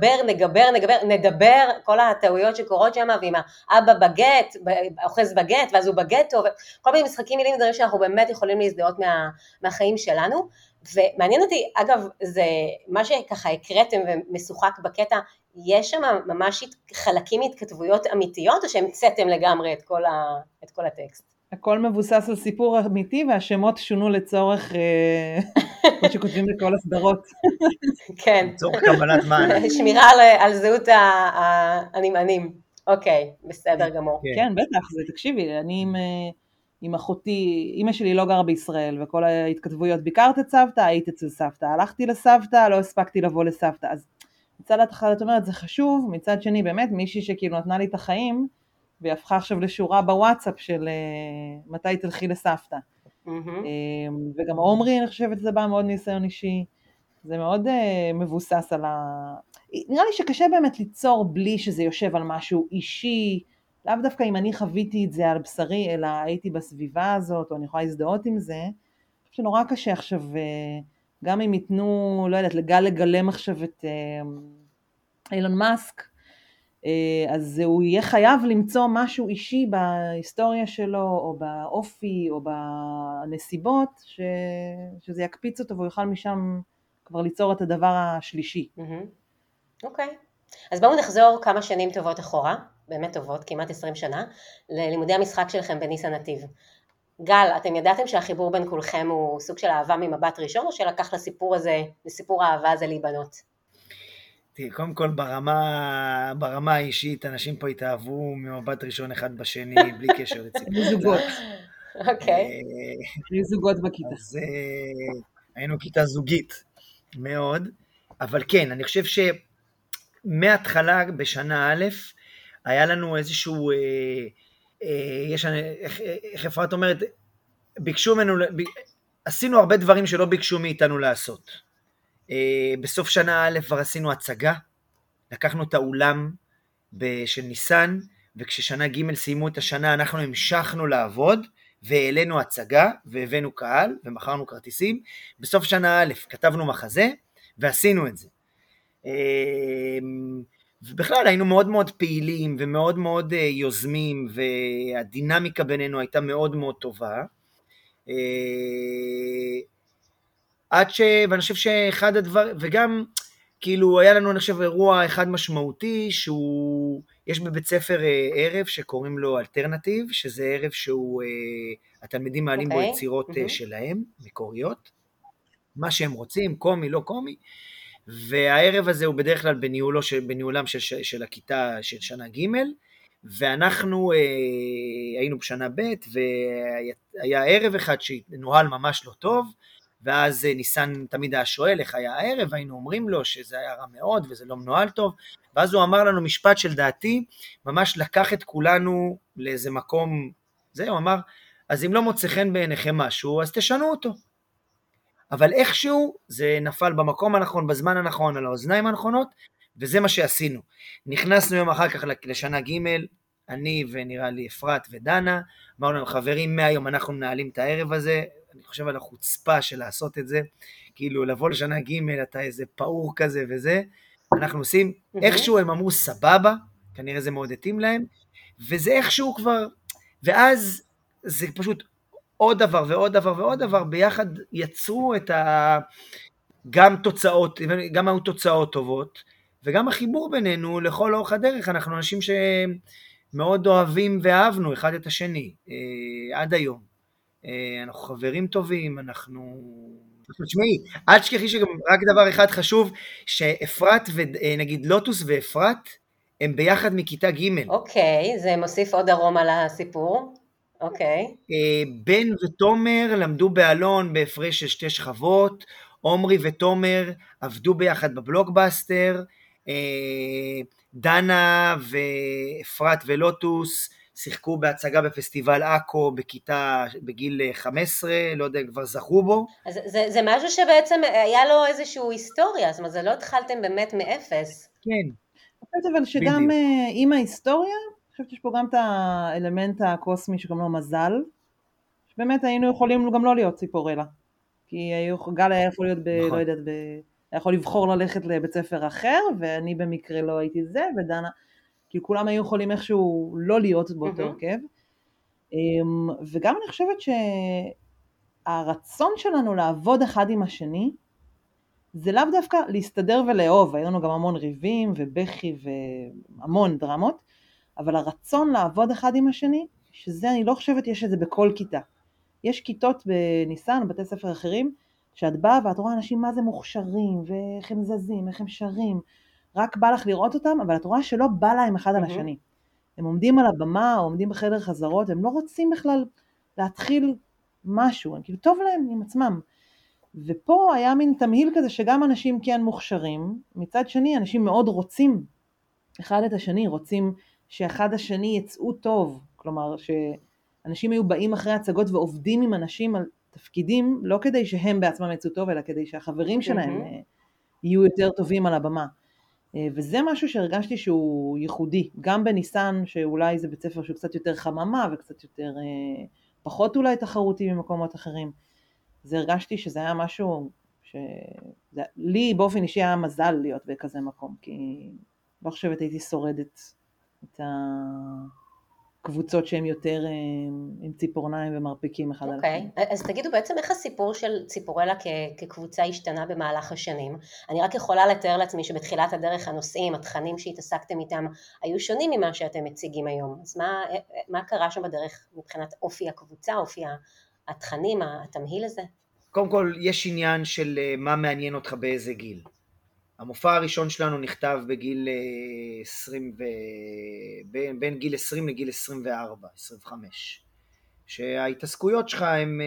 נדבר, כל הטעויות שקורות שם, ועם האבא בגט, אוחז בגט, ואז הוא בגטו, כל מיני משחקים מילים דברים שאנחנו באמת יכולים להזדהות מהחיים שלנו, ומעניין אותי, אגב, זה מה שככה הקראתם ומשוחק בקטע, יש שם ממש חלקים מהתכתבויות אמיתיות, או שהמצאתם לגמרי את כל הטקסט? הכל מבוסס על סיפור אמיתי, והשמות שונו לצורך, כמו שכותבים לכל הסדרות. כן. לצורך קבלת מענה. שמירה על זהות הנמענים. אוקיי, בסדר גמור. כן, בטח, תקשיבי, אני עם אחותי, אמא שלי לא גרה בישראל, וכל ההתכתבויות, ביקרת את סבתא, היית אצל סבתא, הלכתי לסבתא, לא הספקתי לבוא לסבתא, אז מצד התחלה, את אומרת, זה חשוב, מצד שני, באמת, מישהי שכאילו נתנה לי את החיים, והיא הפכה עכשיו לשורה בוואטסאפ של מתי תלכי לסבתא. וגם עומרי, אני חושבת, זה בא מאוד ניסיון אישי, זה מאוד מבוסס על נראה לי שקשה באמת ליצור בלי שזה יושב על משהו אישי, לאו דווקא אם אני חוויתי את זה על בשרי, אלא הייתי בסביבה הזאת, או אני יכולה להזדהות עם זה, אני חושבת שנורא קשה עכשיו, גם אם ייתנו, לא יודעת, לגלם עכשיו את אילון מאסק, אז הוא יהיה חייב למצוא משהו אישי בהיסטוריה שלו, או באופי, או בנסיבות, שזה יקפיץ אותו, והוא יוכל משם כבר ליצור את הדבר השלישי. אוקיי. אז בואו נחזור כמה שנים טובות אחורה, באמת טובות, כמעט 20 שנה, ללימודי המשחק שלכם בניסן נתיב. גל, אתם ידעתם שהחיבור בין כולכם הוא סוג של אהבה ממבט ראשון, או שלקח לסיפור האהבה הזה להיבנות? תראי, קודם כל ברמה האישית, אנשים פה התאהבו ממבט ראשון אחד בשני, בלי קשר לציבור. זוגות. אוקיי. היו זוגות בכיתה. אז היינו כיתה זוגית מאוד, אבל כן, אני חושב שמההתחלה בשנה א', היה לנו איזשהו, איך אפרת אומרת, ביקשו ממנו, עשינו הרבה דברים שלא ביקשו מאיתנו לעשות. בסוף שנה א' כבר עשינו הצגה, לקחנו את האולם של ניסן, וכששנה ג' סיימו את השנה אנחנו המשכנו לעבוד, והעלינו הצגה, והבאנו קהל, ומכרנו כרטיסים. בסוף שנה א' כתבנו מחזה, ועשינו את זה. ובכלל היינו מאוד מאוד פעילים, ומאוד מאוד יוזמים, והדינמיקה בינינו הייתה מאוד מאוד טובה. ואני חושב שאחד הדבר, וגם כאילו היה לנו אני חושב אירוע אחד משמעותי, יש בבית ספר ערב שקוראים לו אלטרנטיב, שזה ערב שהוא, התלמידים מעלים בו יצירות שלהם, מקוריות, מה שהם רוצים, קומי, לא קומי, והערב הזה הוא בדרך כלל בניהולם של הכיתה של שנה ג', ואנחנו היינו בשנה ב', והיה ערב אחד שנוהל ממש לא טוב, ואז ניסן תמיד היה שואל איך היה הערב, היינו אומרים לו שזה היה רע מאוד וזה לא מנוהל טוב, ואז הוא אמר לנו משפט של דעתי, ממש לקח את כולנו לאיזה מקום, הוא אמר, אז אם לא מוצא חן בעיניכם משהו, אז תשנו אותו. אבל איכשהו זה נפל במקום הנכון, בזמן הנכון, על האוזניים הנכונות, וזה מה שעשינו. נכנסנו יום אחר כך לשנה ג', אני ונראה לי אפרת ודנה, אמרנו להם חברים, מהיום אנחנו מנהלים את הערב הזה, אני חושב על החוצפה של לעשות את זה, כאילו לבוא לשנה ג' אתה איזה פעור כזה וזה, אנחנו עושים, איכשהו הם אמרו סבבה, כנראה זה מאוד התאים להם, וזה איכשהו כבר, ואז זה פשוט עוד דבר ועוד דבר ועוד דבר, ביחד יצרו את גם תוצאות, גם היו תוצאות טובות, וגם החיבור בינינו לכל אורך הדרך, אנחנו אנשים שמאוד אוהבים ואהבנו אחד את השני, עד היום. אנחנו חברים טובים, תשמעי, אל תשכחי שגם רק דבר אחד חשוב, שאפרת ונגיד לוטוס ואפרת, הם ביחד מכיתה ג'. אוקיי, זה מוסיף עוד ארומה לסיפור. אוקיי. בן ותומר למדו באלון בהפרש של 2 שכבות, עומרי ותומר עבדו ביחד בבלוקבאסטר, דנה ואפרת ולוטוס שיחקו בהצגה בפסטיבל אקו בגיל 15, לא יודע, כבר זכו בו. אז זה משהו שבעצם היה לו איזושהי היסטוריה, זאת אומרת, זה לא התחלתם באמת מאפס. כן. חושבת אבל שגם עם ההיסטוריה, אני חושבת שיש פה גם את האלמנט הקוסמי שגם לא מזל, שבאמת היינו יכולים גם לא להיות ציפורלה, כי גל היה יכול להיות, לא יודעת, היה יכול לבחור ללכת לבית ספר אחר, ואני במקרה לא הייתי זה, ודנה, כי כולם היו יכולים איכשהו לא להיות באותו הרכב, וגם אני חושבת שהרצון שלנו לעבוד אחד עם השני, זה לאו דווקא להסתדר ולאהוב, היה לנו גם המון ריבים ובכי והמון דרמות, אבל הרצון לעבוד אחד עם השני, שזה אני לא חושבת יש את זה בכל כיתה. יש כיתות בניסן, בתי ספר אחרים, שאת באה ואת רואה אנשים מה זה מוכשרים, ואיך הם זזים, איך הם שרים, רק בא לך לראות אותם, אבל את רואה שלא בא להם אחד על השני. הם עומדים על הבמה, או עומדים בחדר חזרות, הם לא רוצים בכלל להתחיל משהו, הם כאילו טוב להם עם עצמם. ופה היה מין תמהיל כזה שגם אנשים כן מוכשרים, מצד שני אנשים מאוד רוצים אחד את השני, רוצים שאחד השני יצאו טוב, כלומר שאנשים היו באים אחרי הצגות ועובדים עם אנשים על תפקידים, לא כדי שהם בעצמם יצאו טוב, אלא כדי שהחברים שלהם יהיו יותר טובים על הבמה. וזה משהו שהרגשתי שהוא ייחודי, גם בניסן שאולי זה בית ספר שהוא קצת יותר חממה וקצת יותר פחות אולי תחרותי במקומות אחרים. זה הרגשתי שזה היה משהו שלי באופן אישי היה מזל להיות בכזה מקום, כי לא חושבת הייתי שורדת את הקבוצות שהן יותר עם ציפורניים ומרפיקים אחד על השני. אז תגידו בעצם איך הסיפור של ציפורלה כקבוצה השתנה במהלך השנים. אני רק יכולה לתאר לעצמי שבתחילת הדרך הנושאים, התכנים שהתעסקתם איתם, היו שונים ממה שאתם מציגים היום. אז מה קרה שם בדרך מבחינת אופי הקבוצה, אופי התכנים, התמהיל הזה? קודם כל, יש עניין של מה מעניין אותך באיזה גיל. המופע הראשון שלנו נכתב בגיל 20 בין גיל 20 לגיל 24, 25. שההתעסקויות שלך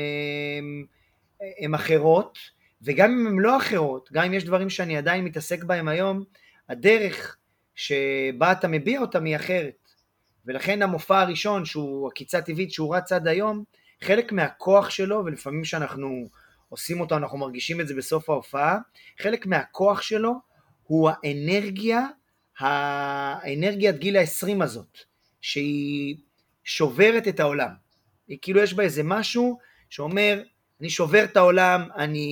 הן אחרות, וגם אם הן לא אחרות, גם אם יש דברים שאני עדיין מתעסק בהם היום, הדרך שבה אתה מביע אותם היא אחרת. ולכן המופע הראשון, שהוא הקיצה טבעית, שהוא רץ עד היום, חלק מהכוח שלו, ולפעמים שאנחנו עושים אותו, אנחנו מרגישים את זה בסוף ההופעה, חלק מהכוח שלו הוא האנרגיית גיל ה-20 הזאת, שהיא שוברת את העולם. היא כאילו יש בה איזה משהו שאומר, אני שובר את העולם,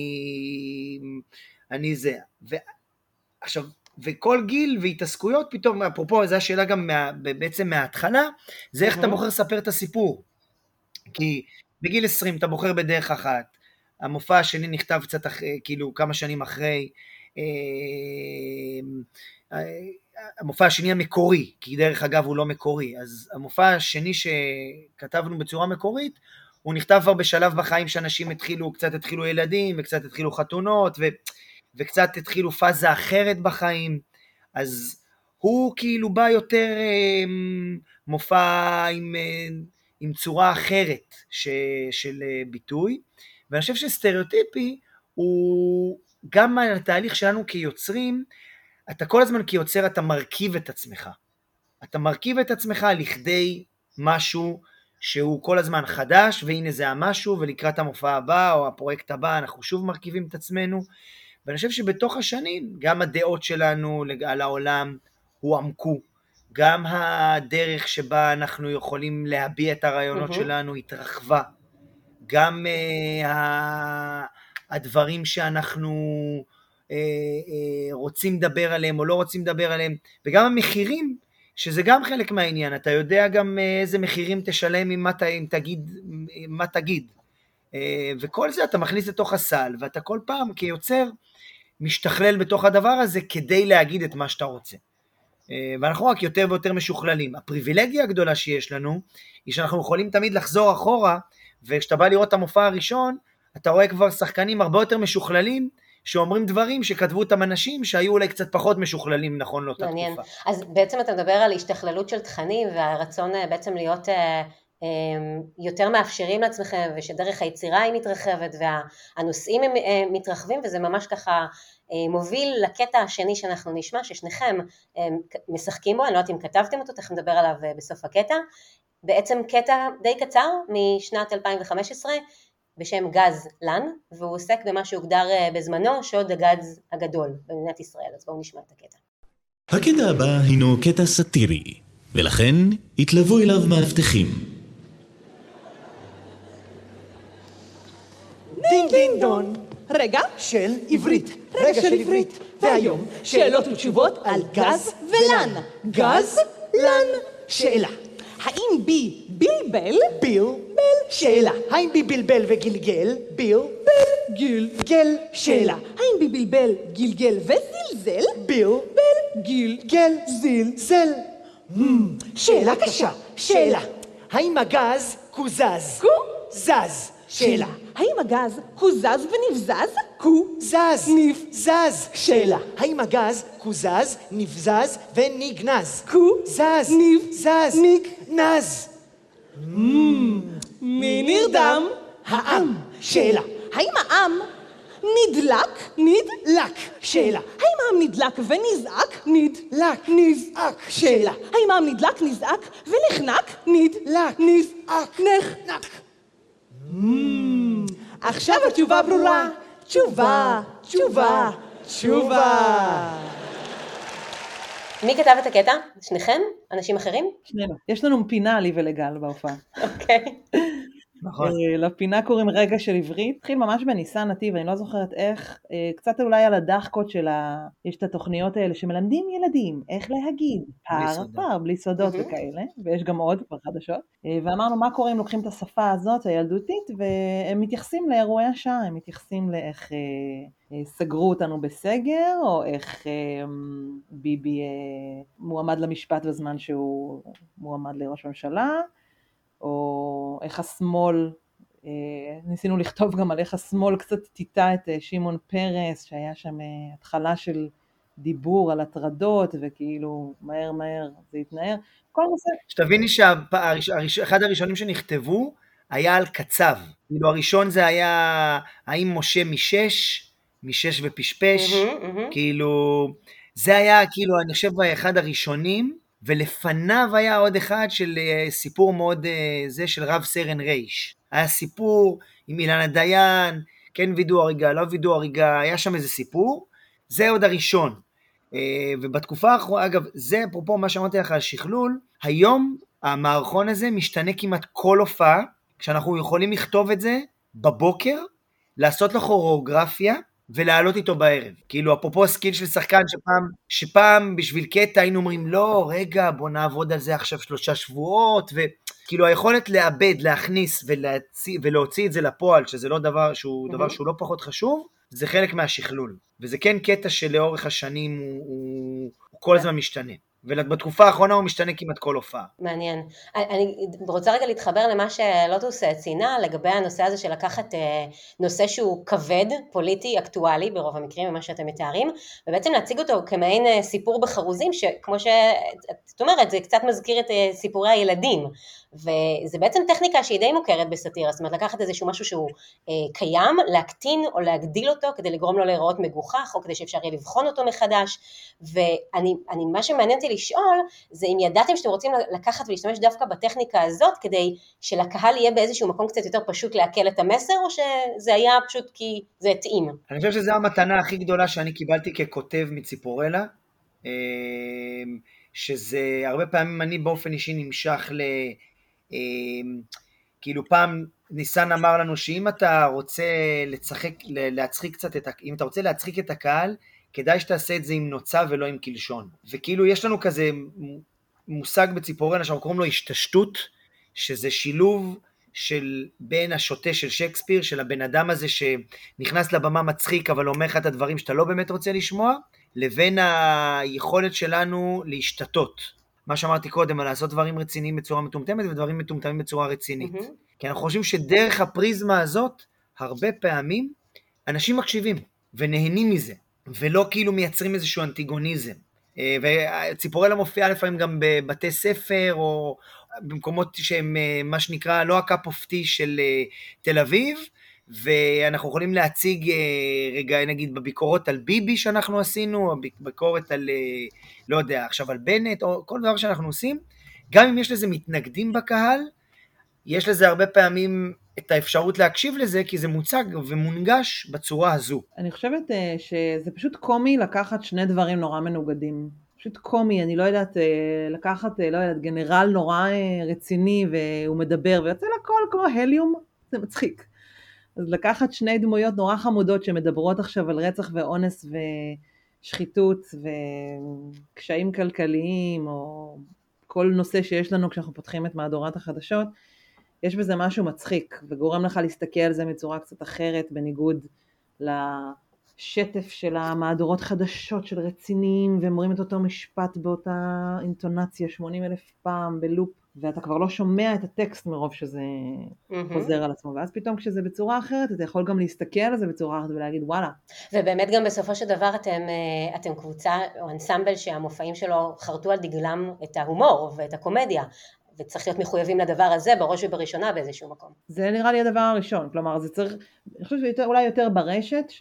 אני זה. עכשיו, וכל גיל והתעסקויות פתאום, אפרופו, זו השאלה גם בעצם מההתחלה, זה איך אתה בוחר לספר את הסיפור. כי בגיל 20 אתה בוחר בדרך אחת, המופע השני נכתב קצת כאילו כמה שנים אחרי, המופע השני המקורי, כי דרך אגב הוא לא מקורי, אז המופע השני שכתבנו בצורה מקורית, הוא נכתב כבר בשלב בחיים שאנשים קצת התחילו ילדים, וקצת התחילו חתונות, וקצת התחילו פאזה אחרת בחיים, אז הוא כאילו בא יותר מופע עם צורה אחרת של ביטוי, ואני חושב שסטריאוטיפי הוא גם על התהליך שלנו כיוצרים, אתה כל הזמן כיוצר אתה מרכיב את עצמך, אתה מרכיב את עצמך לכדי משהו שהוא כל הזמן חדש, והנה זה המשהו, ולקראת המופע הבא או הפרויקט הבא אנחנו שוב מרכיבים את עצמנו, ואני חושב שבתוך השנים גם הדעות שלנו על העולם הועמקו, גם הדרך שבה אנחנו יכולים להביע את הרעיונות שלנו התרחבה, גם הדברים שאנחנו רוצים לדבר עליהם או לא רוצים לדבר עליהם, וגם המחירים, שזה גם חלק מהעניין, אתה יודע גם איזה מחירים תשלם אם תגיד, מה תגיד, וכל זה אתה מכניס לתוך הסל, ואתה כל פעם כיוצר משתכלל בתוך הדבר הזה כדי להגיד את מה שאתה רוצה. ואנחנו רק יותר ויותר משוכללים. הפריבילגיה הגדולה שיש לנו, היא שאנחנו יכולים תמיד לחזור אחורה, וכשאתה בא לראות את המופע הראשון, אתה רואה כבר שחקנים הרבה יותר משוכללים, שאומרים דברים שכתבו אותם אנשים, שהיו אולי קצת פחות משוכללים נכון לאותה תקופה. אז בעצם אתה מדבר על השתכללות של תכנים, והרצון בעצם להיות יותר מאפשרים לעצמכם, ושדרך היצירה היא מתרחבת, והנושאים הם מתרחבים, וזה ממש ככה מוביל לקטע השני שאנחנו נשמע, ששניכם משחקים בו, אני לא יודעת אם כתבתם אותו, תכף נדבר עליו בסוף הקטע, בעצם קטע די קצר משנת 2015, בשם גז לן, והוא עוסק במה שהוגדר בזמנו שוד הגז הגדול במדינת ישראל, אז בואו נשמע את הקטע. הקטע הבא הינו קטע סאטירי, ולכן התלוו אליו מאבטחים. דין דין דון. רגע. של עברית. רגע של עברית. והיום שאלות ותשובות על גז ולן. גז, לן, שאלה. האם בי בלבל? בלבל, שאלה. האם בי בלבל וגלגל? בלבל, גלגל, שאלה. האם בי בלבל גלגל וזלזל? בלבל, גלגל, זלזל. שאלה קשה. שאלה. האם הגז קוזז? זז. שאלה. האם הגז קוזז ונבזז? זז, נבזז. שאלה. האם הגז קוזז, נבזז ונגנז? זז, נבזז, נגנז. מי נרדם? העם. שאלה. האם העם נדלק? נדלק. שאלה. האם העם נדלק ונזעק? נדלק, נזעק. שאלה. האם העם נדלק, נזעק ונחנק? נדלק, נזעק, נחנק. עכשיו התשובה ברורה. תשובה, תשובה, תשובה. מי כתב את הקטע? שניכם? אנשים אחרים? שנינו. יש לנו פינה לי ולגל בהופעה. אוקיי. נכון. לפינה קוראים רגע של עברית. התחיל ממש בניסן נתיב, אני לא זוכרת איך, קצת אולי על הדחקות יש את התוכניות האלה שמלמדים ילדים איך להגיד, פר, בלי סודות וכאלה, ויש גם עוד כבר חדשות, ואמרנו מה קורה אם לוקחים את השפה הזאת הילדותית, והם מתייחסים לאירועי השעה, הם מתייחסים לאיך סגרו אותנו בסגר, או איך ביבי מועמד למשפט בזמן שהוא מועמד לראש ממשלה, או איך השמאל, ניסינו לכתוב גם על איך השמאל קצת טיטה את שמעון פרס, שהיה שם התחלה של דיבור על הטרדות, וכאילו מהר זה התנער. כל נושא. שתביני שאחד הראשונים שנכתבו היה על קצב. כאילו הראשון זה היה, האם משה משש ופשפש, כאילו, זה היה כאילו, אני חושב, אחד הראשונים, ולפניו היה עוד אחד של סיפור מאוד, זה של רב סרן רייש. היה סיפור עם אילנה דיין, כן וידאו הריגה, לא וידאו הריגה, היה שם איזה סיפור, זה עוד הראשון. ובתקופה האחרונה, אגב, זה אפרופו מה שאמרתי לך על שכלול, היום המערכון הזה משתנה כמעט כל הופעה, כשאנחנו יכולים לכתוב את זה בבוקר, לעשות לו כוריאוגרפיה, ולעלות איתו בערב. כאילו, אפרופו סקיל של שחקן, שפעם בשביל קטע היינו אומרים, לא, רגע, בוא נעבוד על זה עכשיו 3 שבועות, וכאילו היכולת לאבד, להכניס ולהוציא את זה לפועל, שזה לא דבר שהוא לא פחות חשוב, זה חלק מהשכלול. וזה כן קטע שלאורך השנים הוא כל הזמן משתנה. ובתקופה האחרונה הוא משתנה כמעט כל הופעה. מעניין. אני רוצה רגע להתחבר למה שלוטוס ציינה, לגבי הנושא הזה של לקחת נושא שהוא כבד, פוליטי, אקטואלי, ברוב המקרים, ממה שאתם מתארים, ובעצם להציג אותו כמעין סיפור בחרוזים, שכמו שאת אומרת, זה קצת מזכיר את סיפורי הילדים, וזה בעצם טכניקה שהיא די מוכרת בסאטירה, זאת אומרת לקחת איזשהו משהו שהוא קיים, להקטין או להגדיל אותו, כדי לגרום לו להיראות מגוחך, או כדי שאפשר יהיה לבחון אותו מחדש, מה שמעניין אותי לשאול, זה אם ידעתם שאתם רוצים לקחת ולהשתמש דווקא בטכניקה הזאת, כדי שלקהל יהיה באיזשהו מקום קצת יותר פשוט לעכל את המסר, או שזה היה פשוט כי זה התאים? אני חושב שזו המתנה הכי גדולה שאני קיבלתי ככותב מציפורלה, שזה הרבה פעמים אני באופן אישי נמשך כאילו פעם ניסן אמר לנו שאם אתה רוצה להצחיק קצת אם אתה רוצה להצחיק את הקהל, כדאי שתעשה את זה עם נוצה ולא עם קלשון. וכאילו יש לנו כזה מושג בציפורלה שאנחנו קוראים לו השתשטות, שזה שילוב של בין השוטה של שייקספיר, של הבן אדם הזה שנכנס לבמה מצחיק אבל אומר לך את הדברים שאתה לא באמת רוצה לשמוע, לבין היכולת שלנו להשתתות. מה שאמרתי קודם, על לעשות דברים רציניים בצורה מטומטמת ודברים מטומטמים בצורה רצינית. כי אנחנו חושבים שדרך הפריזמה הזאת, הרבה פעמים אנשים מקשיבים ונהנים מזה, ולא כאילו מייצרים איזשהו אנטיגוניזם. וציפורלה מופיעה לפעמים גם בבתי ספר, או במקומות שהם מה שנקרא לא הקאפ אוף טי של תל אביב, ואנחנו יכולים להציג רגע נגיד בביקורות על ביבי שאנחנו עשינו, או ביקורת על לא יודע עכשיו על בנט, או כל דבר שאנחנו עושים, גם אם יש לזה מתנגדים בקהל, יש לזה הרבה פעמים את האפשרות להקשיב לזה, כי זה מוצג ומונגש בצורה הזו. אני חושבת שזה פשוט קומי לקחת שני דברים נורא מנוגדים פשוט קומי, אני לא יודעת, לקחת, לא יודעת, גנרל נורא רציני, והוא מדבר, ויוצא לכל כמו הליום, זה מצחיק. אז לקחת שני דמויות נורא חמודות, שמדברות עכשיו על רצח ואונס ושחיתות, וקשיים כלכליים, או כל נושא שיש לנו כשאנחנו פותחים את מהדורת החדשות, יש בזה משהו מצחיק, וגורם לך להסתכל על זה מצורה קצת אחרת, בניגוד לשטף של המהדורות חדשות של רציניים, והם רואים את אותו משפט באותה אינטונציה 80,000 פעם בלופ, ואתה כבר לא שומע את הטקסט מרוב שזה חוזר על עצמו, ואז פתאום כשזה בצורה אחרת, אתה יכול גם להסתכל על זה בצורה אחרת ולהגיד וואלה. ובאמת גם בסופו של דבר אתם קבוצה או אנסמבל שהמופעים שלו חרטו על דגלם את ההומור ואת הקומדיה, וצריך להיות מחויבים לדבר הזה בראש ובראשונה באיזשהו מקום. זה נראה לי הדבר הראשון, כלומר זה צריך, אני חושבת שאולי יותר ברשת,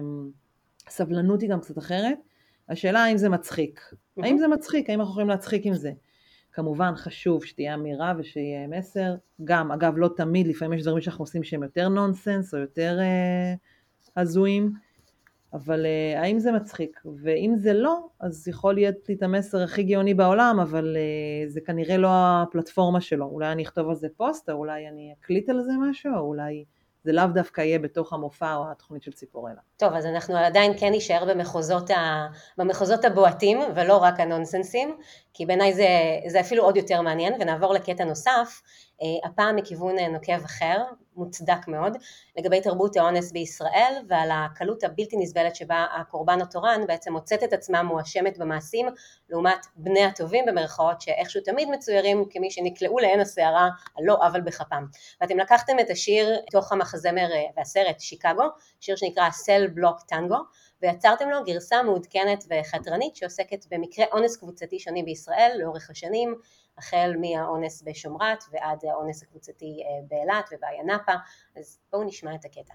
שסבלנות היא גם קצת אחרת, השאלה האם זה מצחיק, האם זה מצחיק, האם אנחנו יכולים להצחיק עם זה, כמובן חשוב שתהיה אמירה ושיהיה מסר, גם אגב לא תמיד, לפעמים יש דברים שאנחנו עושים שהם יותר נונסנס או יותר הזויים, אבל האם זה מצחיק, ואם זה לא, אז יכול להיות לי את המסר הכי גאוני בעולם, אבל זה כנראה לא הפלטפורמה שלו, אולי אני אכתוב על זה פוסט, או אולי אני אקליט על זה משהו, או אולי זה לאו דווקא יהיה בתוך המופע או התוכנית של ציפורלה. טוב, אז אנחנו עדיין כן נשאר במחוזות הבועטים, ולא רק הנונסנסים, כי בעיניי זה אפילו עוד יותר מעניין, ונעבור לקטע נוסף, הפעם מכיוון נוקב אחר, מוצדק מאוד, לגבי תרבות האונס בישראל, ועל הקלות הבלתי נסבלת שבה הקורבן התורן בעצם מוצאת את עצמה מואשמת במעשים, לעומת בני הטובים במרכאות, שאיכשהו תמיד מצוירים כמי שנקלעו לעין הסערה, על לא עוול בכפם. ואתם לקחתם את השיר תוך המחזמר והסרט שיקגו, שיר שנקרא סל בלוק טנגו, ויצרתם לו גרסה מעודכנת וחתרנית שעוסקת במקרה אונס קבוצתי שונים בישראל לאורך השנים, החל מהאונס בשומרת ועד האונס הקבוצתי באילת ובעיינפה, אז בואו נשמע את הקטע.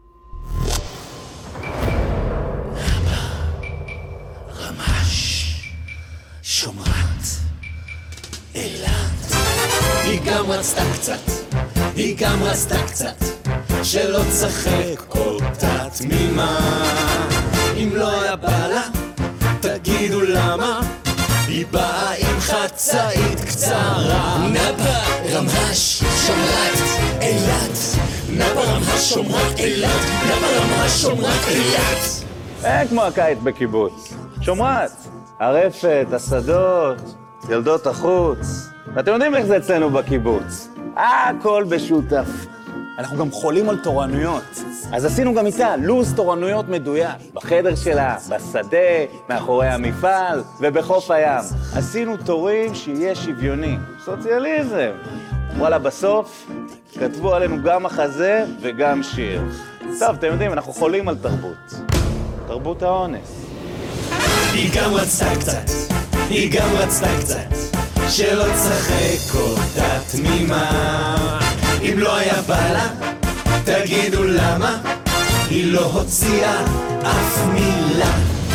רמש, שומרת, אילת. היא גם רצתה קצת, היא גם רצתה קצת, שלא צחק אותה תמימה. אם לא היה בא לה, תגידו למה, היא באה עם חצאית קצרה. נפה, רמש, שומרת, אילת. נפה, רמש, שומרת, אילת. נפה, רמש, שומרת, אילת. כמו הקיץ בקיבוץ. שומרת, הרפת, השדות, ילדות החוץ. ואתם יודעים איך זה אצלנו בקיבוץ. הכל בשותף. אנחנו גם חולים על תורנויות. אז עשינו גם איתה לוז תורנויות מדויק. בחדר שלה, בשדה, מאחורי המפעל ובחוף הים. עשינו תורים שיהיה שוויוני. סוציאליזם. וואלה, בסוף כתבו עלינו גם מחזה וגם שיר. טוב, אתם יודעים, אנחנו חולים על תרבות. תרבות האונס. היא גם רצתה קצת, היא גם רצתה קצת, שלא צחק אותה תמימה. אם לא היה בא לה, תגידו למה, היא לא הוציאה אף מילה.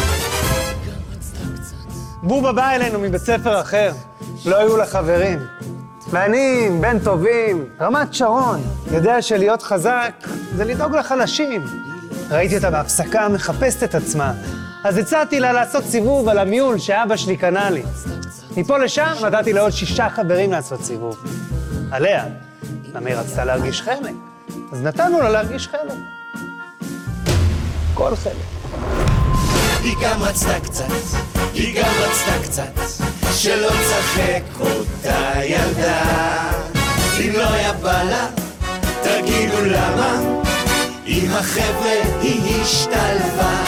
בובה בא אלינו מבית ספר אחר, לא היו לה חברים. ואני, בן טובים, רמת שרון, יודע שלהיות חזק זה לדאוג לחלשים. ראיתי אותה בהפסקה מחפשת את עצמה, אז הצעתי לה לעשות סיבוב על המיול שאבא שלי קנה לי. מפה לשם נתתי לעוד 6 חברים לעשות סיבוב. עליה, למה היא רצתה להרגיש חלק, אז נתנו לה להרגיש חלק. כל חלק. היא גם רצתה קצת, היא גם רצתה קצת, שלא צחק אותה ילדה. אם לא היה בא לה, תגידו למה, עם החבר'ה היא השתלבה.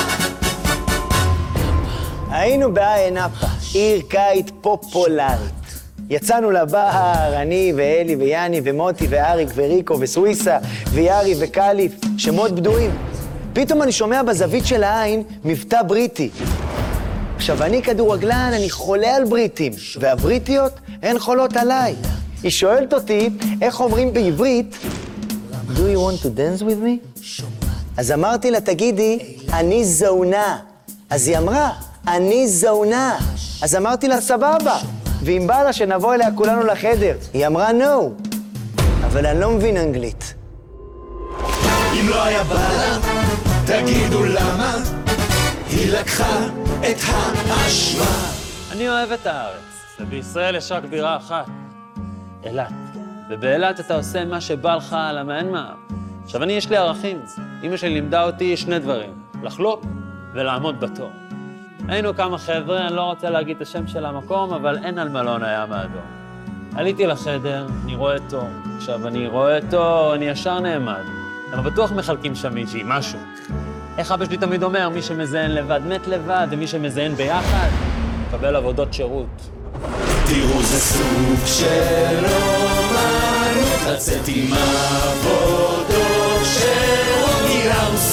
היינו בעיינפה, עיר קיץ פופולרית. יצאנו לבר, אני ואלי ויאני ומוטי ואריק וריקו וסוויסה ויארי וקליף, שמות בדויים. פתאום אני שומע בזווית של העין מבטא בריטי. עכשיו אני כדורגלן, אני חולה על בריטים, והבריטיות הן חולות עליי. היא שואלת אותי איך אומרים בעברית, Do you want to dance with me? אז אמרתי לה, תגידי, אני זונה. אז היא אמרה, אני זונה. אז אמרתי לה, סבבה. ואם בא לה שנבוא אליה כולנו לחדר, היא אמרה, no. אבל אני לא מבין אנגלית. אם לא היה בא לה, תגידו למה, היא לקחה את האשמה. אני אוהב את הארץ, ובישראל יש רק בירה אחת, אילת. ובאילת אתה עושה מה שבא לך על המעין מעם. עכשיו יש לי ערכים. אמא שלי לימדה אותי שני דברים, לחלוק ולעמוד בתור. היינו כמה חבר'ה, אני לא רוצה להגיד את השם של המקום, אבל אין על מלון הים האדום. עליתי לחדר, אני רואה תור. עכשיו אני רואה תור, אני ישר נעמד. אבל בטוח מחלקים שם מישהי, משהו. איך אבא שלי תמיד אומר, מי שמזיין לבד מת לבד, ומי שמזיין ביחד, מקבל עבודות שירות. תראו זה סוג של אומנות, לצאת עם עבודות שירות. היא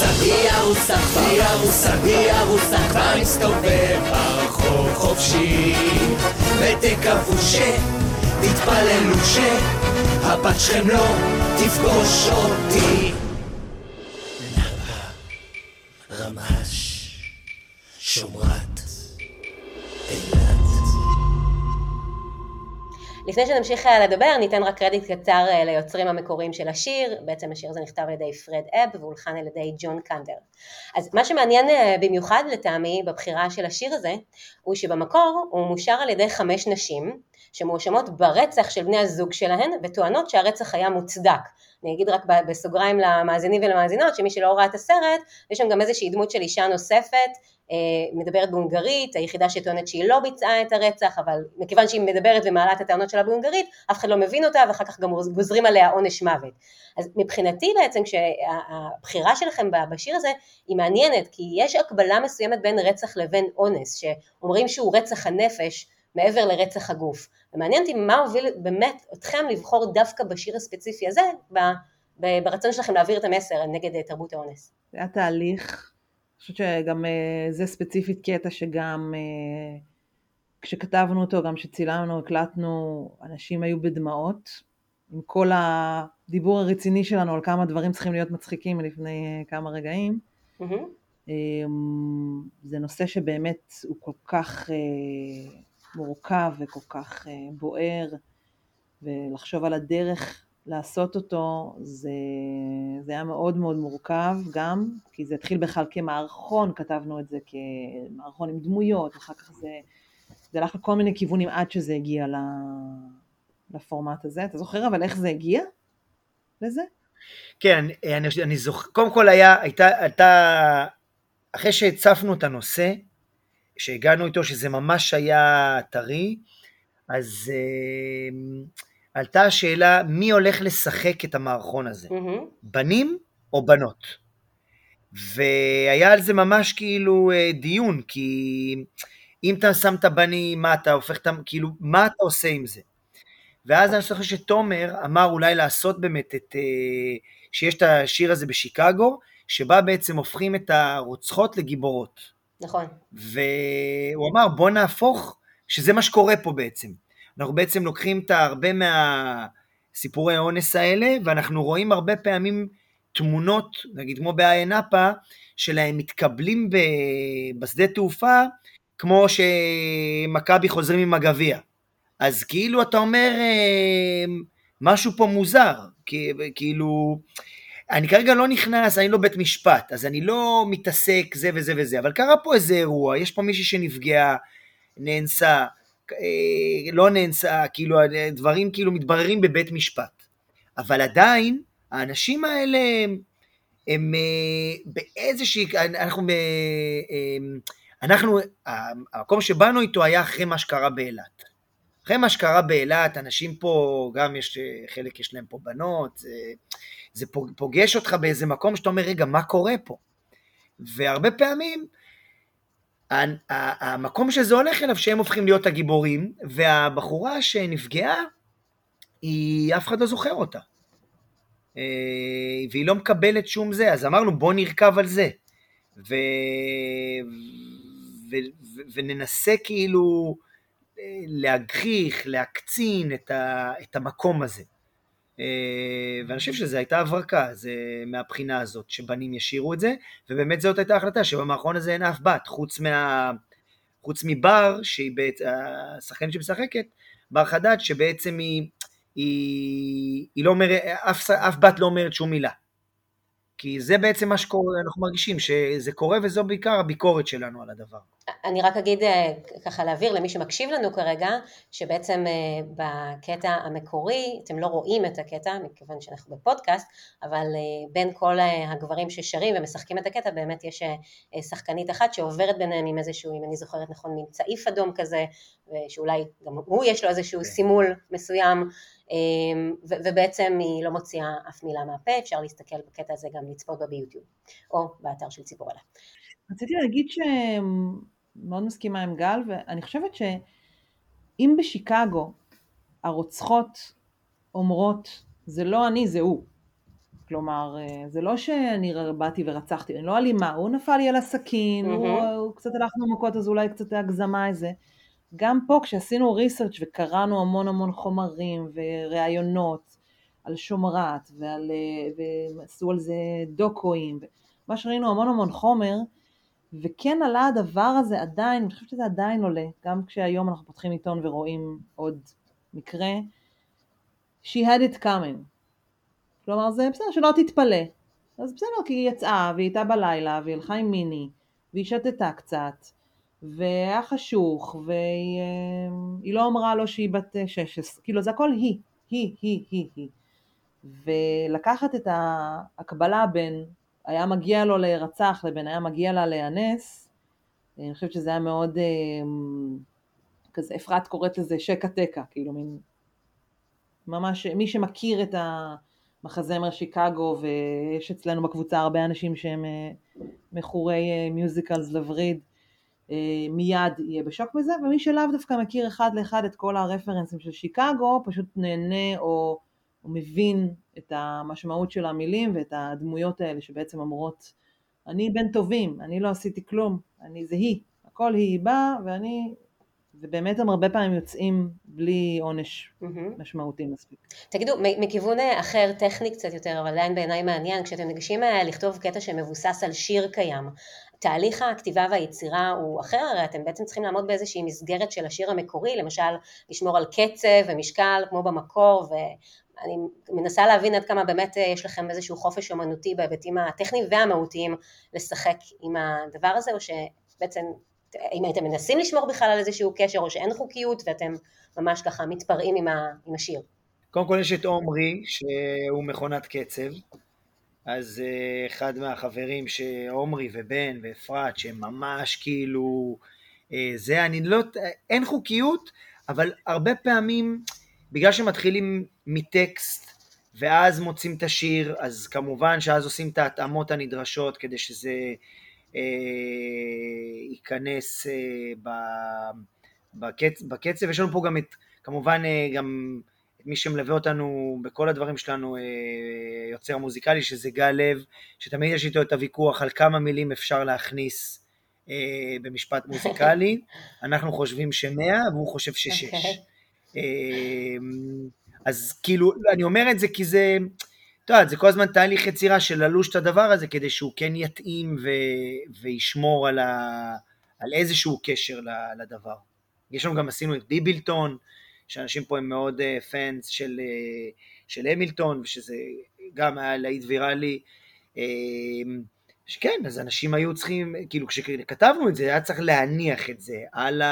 ארוסה, כבר מסתובב ברחוב חופשי, ותקוו תתפללו שהבת שלכם לא תפגוש אותי. נאווה, רמש, שומרת, אילת. לפני שנמשיך לדבר, ניתן רק קרדיט קצר ליוצרים המקוריים של השיר. בעצם השיר הזה נכתב על ידי פרד אב והולחן על ידי ג'ון קנדר. אז מה שמעניין במיוחד לטעמי בבחירה של השיר הזה, הוא שבמקור הוא מושר על ידי 5 נשים, שמואשמות ברצח של בני הזוג שלהן, וטוענות שהרצח היה מוצדק. אני אגיד רק בסוגריים למאזינים ולמאזינות, שמי שלא ראה את הסרט, יש שם גם איזושהי דמות של אישה נוספת, מדברת בהונגרית, היחידה שטוענת שהיא לא ביצעה את הרצח, אבל מכיוון שהיא מדברת ומעלה את הטענות שלה בהונגרית, אף אחד לא מבין אותה, ואחר כך גם גוזרים עליה עונש מוות. אז מבחינתי בעצם, כשהבחירה שלכם בשיר הזה, היא מעניינת, כי יש הקבלה מסוימת בין רצח לבין אונס, שאומרים שהוא רצח הנפש, מעבר לרצח הגוף. ומעניין אותי מה הוביל באמת אתכם לבחור דווקא בשיר הספציפי הזה, ברצון שלכם להעביר את המסר נגד תרבות האונס. זה היה תהליך, אני חושבת שגם זה ספציפית קטע שגם כשכתבנו אותו, גם שצילמנו, הקלטנו, אנשים היו בדמעות, עם כל הדיבור הרציני שלנו על כמה דברים צריכים להיות מצחיקים לפני כמה רגעים. זה נושא שבאמת הוא כל כך מורכב וכל כך בוער, ולחשוב על הדרך לעשות אותו, זה היה מאוד מאוד מורכב גם, כי זה התחיל בכלל כמערכון, כתבנו את זה כמערכון עם דמויות, אחר כך זה הלך לכל מיני כיוונים עד שזה הגיע לפורמט הזה. אתה זוכר אבל איך זה הגיע לזה? כן, אני זוכר, קודם כל הייתה, אחרי שהצפנו את הנושא, שהגענו איתו שזה ממש היה טרי, אז עלתה השאלה מי הולך לשחק את המערכון הזה, בנים או בנות? והיה על זה ממש כאילו דיון, כי אם אתה שם את הבנים, מה אתה הופך, כאילו מה אתה עושה עם זה? ואז אני חושב שתומר אמר אולי לעשות באמת שיש את השיר הזה בשיקגו, שבה בעצם הופכים את הרוצחות לגיבורות. נכון. והוא אמר בוא נהפוך, שזה מה שקורה פה בעצם. אנחנו בעצם לוקחים את הרבה מהסיפורי האונס האלה, ואנחנו רואים הרבה פעמים תמונות, נגיד כמו בעין נאפה, שלהם מתקבלים בשדה תעופה, כמו שמכבי חוזרים עם הגביע. אז כאילו אתה אומר, משהו פה מוזר, כאילו, אני כרגע לא נכנס, אני לא בית משפט, אז אני לא מתעסק זה וזה וזה, אבל קרה פה איזה אירוע, יש פה מישהי שנפגעה, נאנסה, לא נאנסה, כאילו דברים כאילו מתבררים בבית משפט, אבל עדיין האנשים האלה הם באיזושהי, אנחנו, המקום שבאנו איתו היה אחרי מה שקרה באילת. אחרי מה שקרה באילת, אנשים פה, גם חלק יש להם פה בנות, זה פוגש אותך באיזה מקום שאתה אומר, רגע, מה קורה פה? והרבה פעמים, המקום שזה הולך אליו, שהם הופכים להיות הגיבורים, והבחורה שנפגעה, אף אחד לא זוכר אותה. והיא לא מקבלת שום זה, אז אמרנו, בוא נרכב על זה. וננסה כאילו להגחיך, להקצין את המקום הזה. ואני חושב שזה הייתה הברקה, זה מהבחינה הזאת, שבנים ישירו את זה, ובאמת זאת הייתה החלטה, שבמאחרון הזה אין אף בת, חוץ מבר, שהיא השחקנית שמשחקת, בר חדד, שבעצם היא לא אומרת, אף בת לא אומרת שום מילה. כי זה בעצם מה שקורה, אנחנו מרגישים שזה קורה, וזו בעיקר הביקורת שלנו על הדבר. אני רק אגיד ככה להעביר למי שמקשיב לנו כרגע, שבעצם בקטע המקורי, אתם לא רואים את הקטע, מכיוון שאנחנו בפודקאסט, אבל בין כל הגברים ששרים ומשחקים את הקטע, באמת יש שחקנית אחת שעוברת ביניהם עם איזשהו, אם אני זוכרת נכון, מין צעיף אדום כזה, ושאולי גם הוא יש לו איזשהו סימול מסוים, ובעצם היא לא מוציאה אף מילה מהפה, אפשר להסתכל בקטע הזה גם לצפות בה ביוטיוב, או באתר של ציפורלה. רציתי להגיד שמאוד מסכימה עם גל, ואני חושבת שאם בשיקגו הרוצחות אומרות, זה לא אני, זה הוא. כלומר, זה לא שאני באתי ורצחתי, אני לא אלימה, הוא נפל לי על הסכין, הוא קצת הלכנו מכות, אז אולי קצת הגזמה איזה. גם פה כשעשינו ריסרצ' וקראנו המון חומרים וראיונות על שומרת, ועשו על זה דוקואים, מה שראינו המון חומר, וכן עלה הדבר הזה עדיין, אני חושבת שזה עדיין עולה, גם כשהיום אנחנו פותחים עיתון ורואים עוד מקרה, she had it coming. כלומר זה בסדר שלא תתפלא, אז בסדר כי היא יצאה והיא הייתה בלילה והיא הלכה עם מיני, והיא שתתה קצת, והיה חשוך, והיא לא אמרה לו שהיא בת 16, כאילו זה הכל היא. ולקחת את ההקבלה בין היה מגיע לו להירצח לבין היה מגיע לה להיאנס, אני חושבת שזה היה מאוד כזה, אפרת קוראת לזה שקה-תקה, כאילו מין, ממש מי שמכיר את המחזמר שיקגו, ויש אצלנו בקבוצה הרבה אנשים שהם מכורי מיוזיקלס לווריד, מיד יהיה בשוק בזה, ומי שלאו דווקא מכיר אחד לאחד את כל הרפרנסים של שיקגו, פשוט נהנה או מבין את המשמעות של המילים ואת הדמויות האלה שבעצם אומרות, אני בן טובים, אני לא עשיתי כלום, זה היא, הכל היא באה ואני, ובאמת הם הרבה פעמים יוצאים בלי עונש משמעותי מספיק. תגידו, מכיוון אחר, טכני קצת יותר, אבל עדיין בעיניי מעניין, כשאתם ניגשים לכתוב קטע שמבוסס על שיר קיים, תהליך הכתיבה והיצירה הוא אחר, הרי אתם בעצם צריכים לעמוד באיזושהי מסגרת של השיר המקורי, למשל לשמור על קצב ומשקל כמו במקור, ואני מנסה להבין עד כמה באמת יש לכם איזשהו חופש אומנותי בהיבטים הטכניים והמהותיים לשחק עם הדבר הזה, או שבעצם אם הייתם מנסים לשמור בכלל על איזשהו קשר, או שאין חוקיות ואתם ממש ככה מתפרעים עם השיר. קודם כל יש את עומרי שהוא מכונת קצב, אז אחד מהחברים שעומרי ובן ואפרת שהם ממש כאילו זה, אני לא, אין חוקיות, אבל הרבה פעמים בגלל שמתחילים מטקסט ואז מוצאים את השיר, אז כמובן שאז עושים את ההתאמות הנדרשות כדי שזה ייכנס בקצב. יש לנו פה גם את, כמובן גם מי שמלווה אותנו בכל הדברים שלנו, יוצר מוזיקלי, שזה גל לב, שתמיד יש איתו את הוויכוח על כמה מילים אפשר להכניס במשפט מוזיקלי. אנחנו חושבים 100 והוא חושב 6. אז כאילו, אני אומר את זה כי זה, זה כל הזמן תהליך יצירה של ללוש את הדבר הזה, כדי שהוא כן יתאים וישמור על איזשהו קשר לדבר. יש לנו גם, עשינו את ביבילטון, שאנשים פה הם מאוד פאנס של המילטון, ושזה גם היה להיט ויראלי, שכן, אז אנשים היו צריכים, כאילו כשכתבנו את זה, היה צריך להניח את זה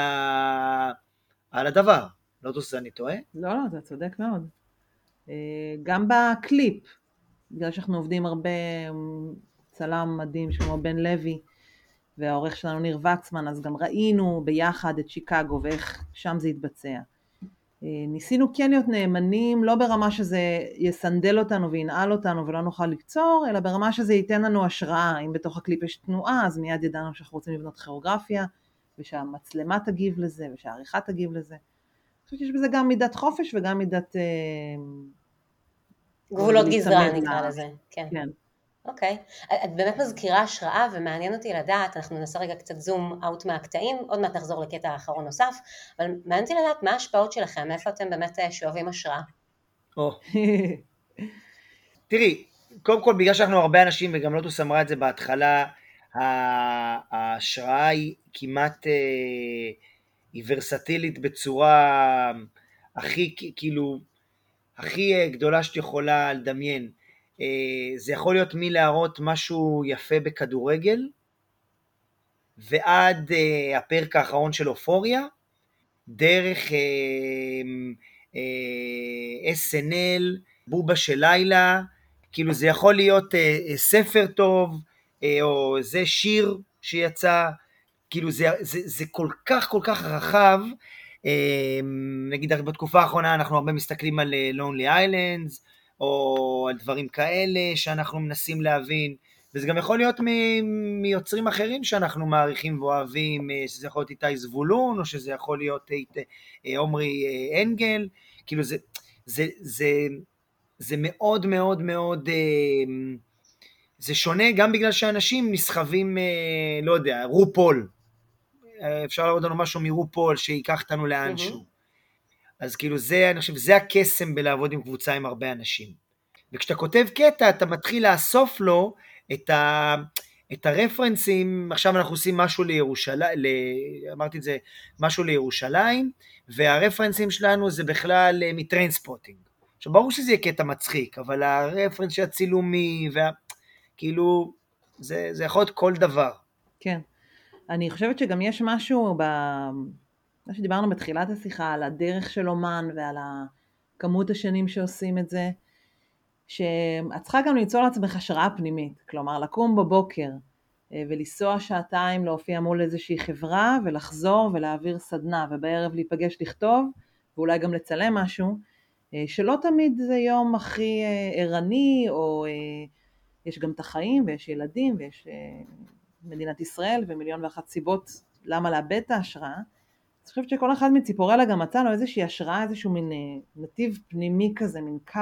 על הדבר. לא תעשה, אני טועה? לא, אתה צודק מאוד. גם בקליפ, בגלל שאנחנו עובדים הרבה צלם מדהים כמו בן לוי, והעורך שלנו ניר וקסמן, אז גם ראינו ביחד את שיקגו ואיך שם זה התבצע. ניסינו כן להיות נאמנים, לא ברמה שזה יסנדל אותנו וינעל אותנו ולא נוכל לקצור, אלא ברמה שזה ייתן לנו השראה. אם בתוך הקליפ יש תנועה, אז מיד ידענו שאנחנו רוצים לבנות כיאוגרפיה, ושהמצלמה תגיב לזה, ושהעריכה תגיב לזה. אני חושבת שיש בזה גם מידת חופש וגם מידת גבולות גזרה נקרא לזה. כן. אוקיי. את באמת מזכירה השראה, ומעניין אותי לדעת, אנחנו ננסה רגע קצת זום אאוט מהקטעים, עוד מעט נחזור לקטע האחרון נוסף, אבל מעניין אותי לדעת מה ההשפעות שלכם, מאיפה אתם באמת שואבים השראה. תראי, קודם כל בגלל שאנחנו הרבה אנשים, וגם לוטוס אמרה את זה בהתחלה, ההשראה היא כמעט היא ורסטילית בצורה הכי כאילו הכי גדולה שאת יכולה לדמיין. זה יכול להיות מלהראות משהו יפה בכדורגל, ועד הפרק האחרון של אופוריה, דרך SNL, בובה של לילה, כאילו זה יכול להיות ספר טוב, או זה שיר שיצא, כאילו זה כל כך רחב, נגיד בתקופה האחרונה אנחנו הרבה מסתכלים על Lonely Islands, או על דברים כאלה שאנחנו מנסים להבין, וזה גם יכול להיות מיוצרים אחרים שאנחנו מעריכים ואוהבים, שזה יכול להיות איתי זבולון, או שזה יכול להיות עומרי אנגל, כאילו זה מאוד מאוד מאוד, זה שונה גם בגלל שאנשים נסחבים, לא יודע, רופול, אפשר להראות לנו משהו מרופול שיקח אותנו לאנשהו, אז כאילו זה, אני חושב, זה הקסם בלעבוד עם קבוצה עם הרבה אנשים, וכשאתה כותב קטע, אתה מתחיל לאסוף לו את הרפרנסים, עכשיו אנחנו עושים משהו לירושלים, אמרתי את זה, משהו לירושלים, והרפרנסים שלנו זה בכלל מטריינספוטינג, עכשיו ברור שזה יהיה קטע מצחיק, אבל הרפרנס של הצילומי, כאילו, זה יכול להיות כל דבר. כן, אני חושבת שגם יש משהו, מה שדיברנו בתחילת השיחה, על הדרך של אומן, ועל כמות השנים שעושים את זה, שאת צריכה גם ליצור לעצמך השראה פנימית, כלומר לקום בבוקר ולנסוע שעתיים להופיע מול איזושהי חברה ולחזור ולהעביר סדנה ובערב להיפגש לכתוב ואולי גם לצלם משהו, שלא תמיד זה יום הכי ערני, או יש גם את החיים ויש ילדים ויש מדינת ישראל ומיליון ואחת סיבות למה לאבד את ההשראה. אני חושבת שכל אחד מציפורלה גם מצא לו איזושהי השראה, איזשהו מין נתיב פנימי כזה, מין קו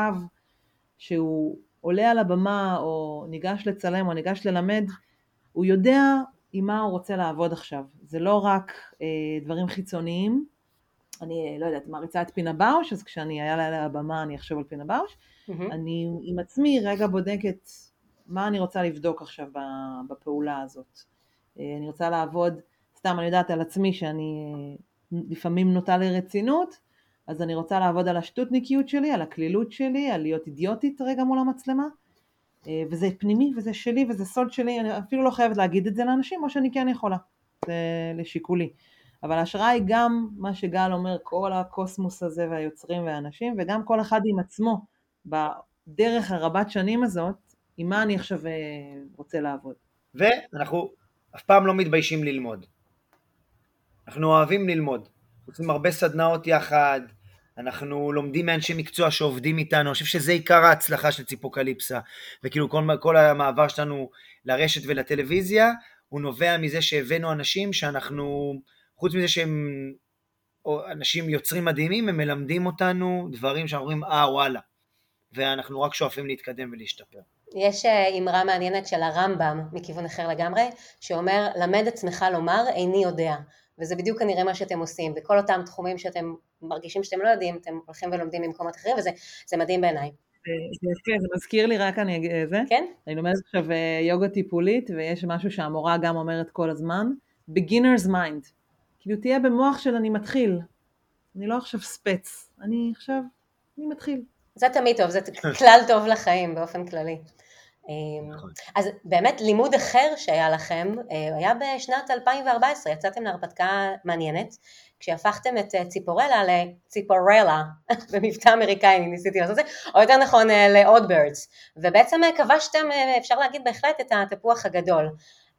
שהוא עולה על הבמה או ניגש לצלם או ניגש ללמד, הוא יודע עם מה הוא רוצה לעבוד עכשיו. זה לא רק דברים חיצוניים. אני לא יודעת, מעריצה את פינה באוש, אז כשאני היה לה על הבמה אני אחשוב על פינה באוש. אני עם עצמי רגע בודקת מה אני רוצה לבדוק עכשיו בפעולה הזאת. אני רוצה לעבוד, סתם אני יודעת על עצמי שאני לפעמים נוטה לרצינות, אז אני רוצה לעבוד על השטותניקיות שלי, על הכלילות שלי, על להיות אידיוטית רגע מול המצלמה, וזה פנימי וזה שלי וזה סוד שלי, אני אפילו לא חייבת להגיד את זה לאנשים, או שאני כן יכולה, זה לשיקולי. אבל ההשראה היא גם מה שגל אומר, כל הקוסמוס הזה והיוצרים והאנשים, וגם כל אחד עם עצמו, בדרך הרבת שנים הזאת, עם מה אני עכשיו רוצה לעבוד. ואנחנו אף פעם לא מתביישים ללמוד. אנחנו אוהבים ללמוד. עושים הרבה סדנאות יחד, אנחנו לומדים מאנשי מקצוע שעובדים איתנו, אני חושב שזה עיקר ההצלחה של ציפוקליפסה, וכאילו כל המעבר שלנו לרשת ולטלוויזיה, הוא נובע מזה שהבאנו אנשים שאנחנו, חוץ מזה שהם אנשים יוצרים מדהימים, הם מלמדים אותנו דברים שאנחנו אומרים, וואלה, ואנחנו רק שואפים להתקדם ולהשתפר. יש אמרה מעניינת של הרמב"ם, מכיוון אחר לגמרי, שאומר, למד עצמך לומר, איני יודע. וזה בדיוק כנראה מה שאתם עושים, בכל אותם תחומים שאתם מרגישים שאתם לא יודעים, אתם הולכים ולומדים ממקומות אחרים, וזה מדהים בעיניי. זה מזכיר לי רק אני אגיד זה. כן? אני לומדת עכשיו יוגה טיפולית, ויש משהו שהמורה גם אומרת כל הזמן, beginner's mind. כאילו תהיה במוח של אני מתחיל. אני לא עכשיו ספץ, אני מתחיל. זה תמיד טוב, זה כלל טוב לחיים באופן כללי. אז באמת לימוד אחר שהיה לכם, היה בשנת 2014, יצאתם להרפתקה מעניינת, כשהפכתם את ציפורלה לציפורלה, במבטא אמריקאי אני ניסיתי לעשות את זה, או יותר נכון לעוד בירדס, ובעצם כבשתם, אפשר להגיד בהחלט, את התפוח הגדול,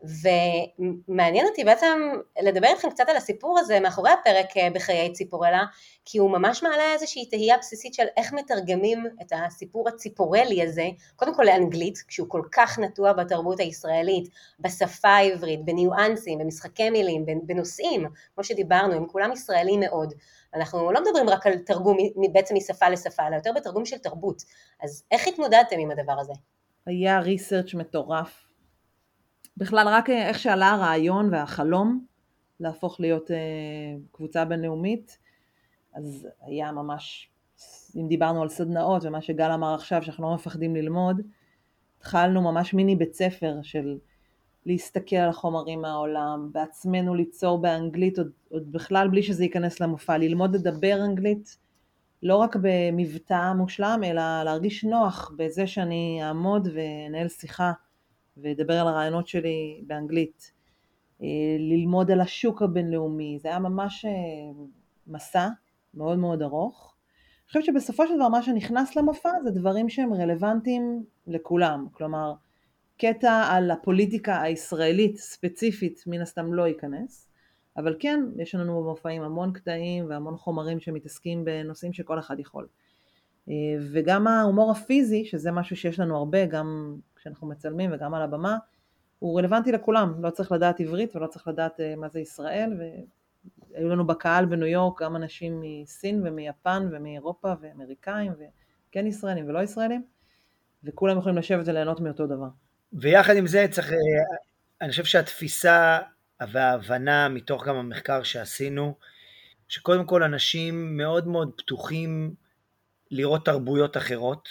ומעניין אותי בעצם לדבר איתכם קצת על הסיפור הזה מאחורי הפרק בחיי ציפורלה, כי הוא ממש מעלה איזושהי תהייה בסיסית של איך מתרגמים את הסיפור הציפורלי הזה, קודם כל לאנגלית, כשהוא כל כך נטוע בתרבות הישראלית, בשפה העברית, בניואנסים, במשחקי מילים, בנושאים, כמו שדיברנו, הם כולם ישראלים מאוד, אנחנו לא מדברים רק על תרגום בעצם משפה לשפה, אלא יותר בתרגום של תרבות, אז איך התמודדתם עם הדבר הזה? היה ריסרצ' מטורף, בכלל רק איך שעלה הרעיון והחלום להפוך להיות קבוצה בינלאומית, אז היה ממש, אם דיברנו על סדנאות ומה שגל אמר עכשיו שאנחנו לא מפחדים ללמוד, התחלנו ממש מיני בית ספר של להסתכל על החומרים מהעולם, בעצמנו ליצור באנגלית, עוד בכלל בלי שזה ייכנס למופע, ללמוד לדבר אנגלית, לא רק במבטא מושלם, אלא להרגיש נוח בזה שאני אעמוד ונהל שיחה, ודבר על הרעיונות שלי באנגלית. ללמוד על השוק הבינלאומי, זה היה ממש מסע מאוד מאוד ארוך. אני חושבת שבסופו של דבר מה שנכנס למופע זה דברים שהם רלוונטיים לכולם, כלומר קטע על הפוליטיקה הישראלית ספציפית מן הסתם לא ייכנס, אבל כן יש לנו במופעים המון קטעים והמון חומרים שמתעסקים בנושאים שכל אחד יכול. וגם ההומור הפיזי, שזה משהו שיש לנו הרבה, גם כשאנחנו מצלמים וגם על הבמה, הוא רלוונטי לכולם, לא צריך לדעת עברית ולא צריך לדעת מה זה ישראל, והיו לנו בקהל בניו יורק גם אנשים מסין ומיפן ומאירופה ואמריקאים, וכן ישראלים ולא ישראלים, וכולם יכולים לשבת וליהנות מאותו דבר. ויחד עם זה צריך, אני חושב שהתפיסה וההבנה מתוך גם המחקר שעשינו, שקודם כל אנשים מאוד מאוד פתוחים לראות תרבויות אחרות,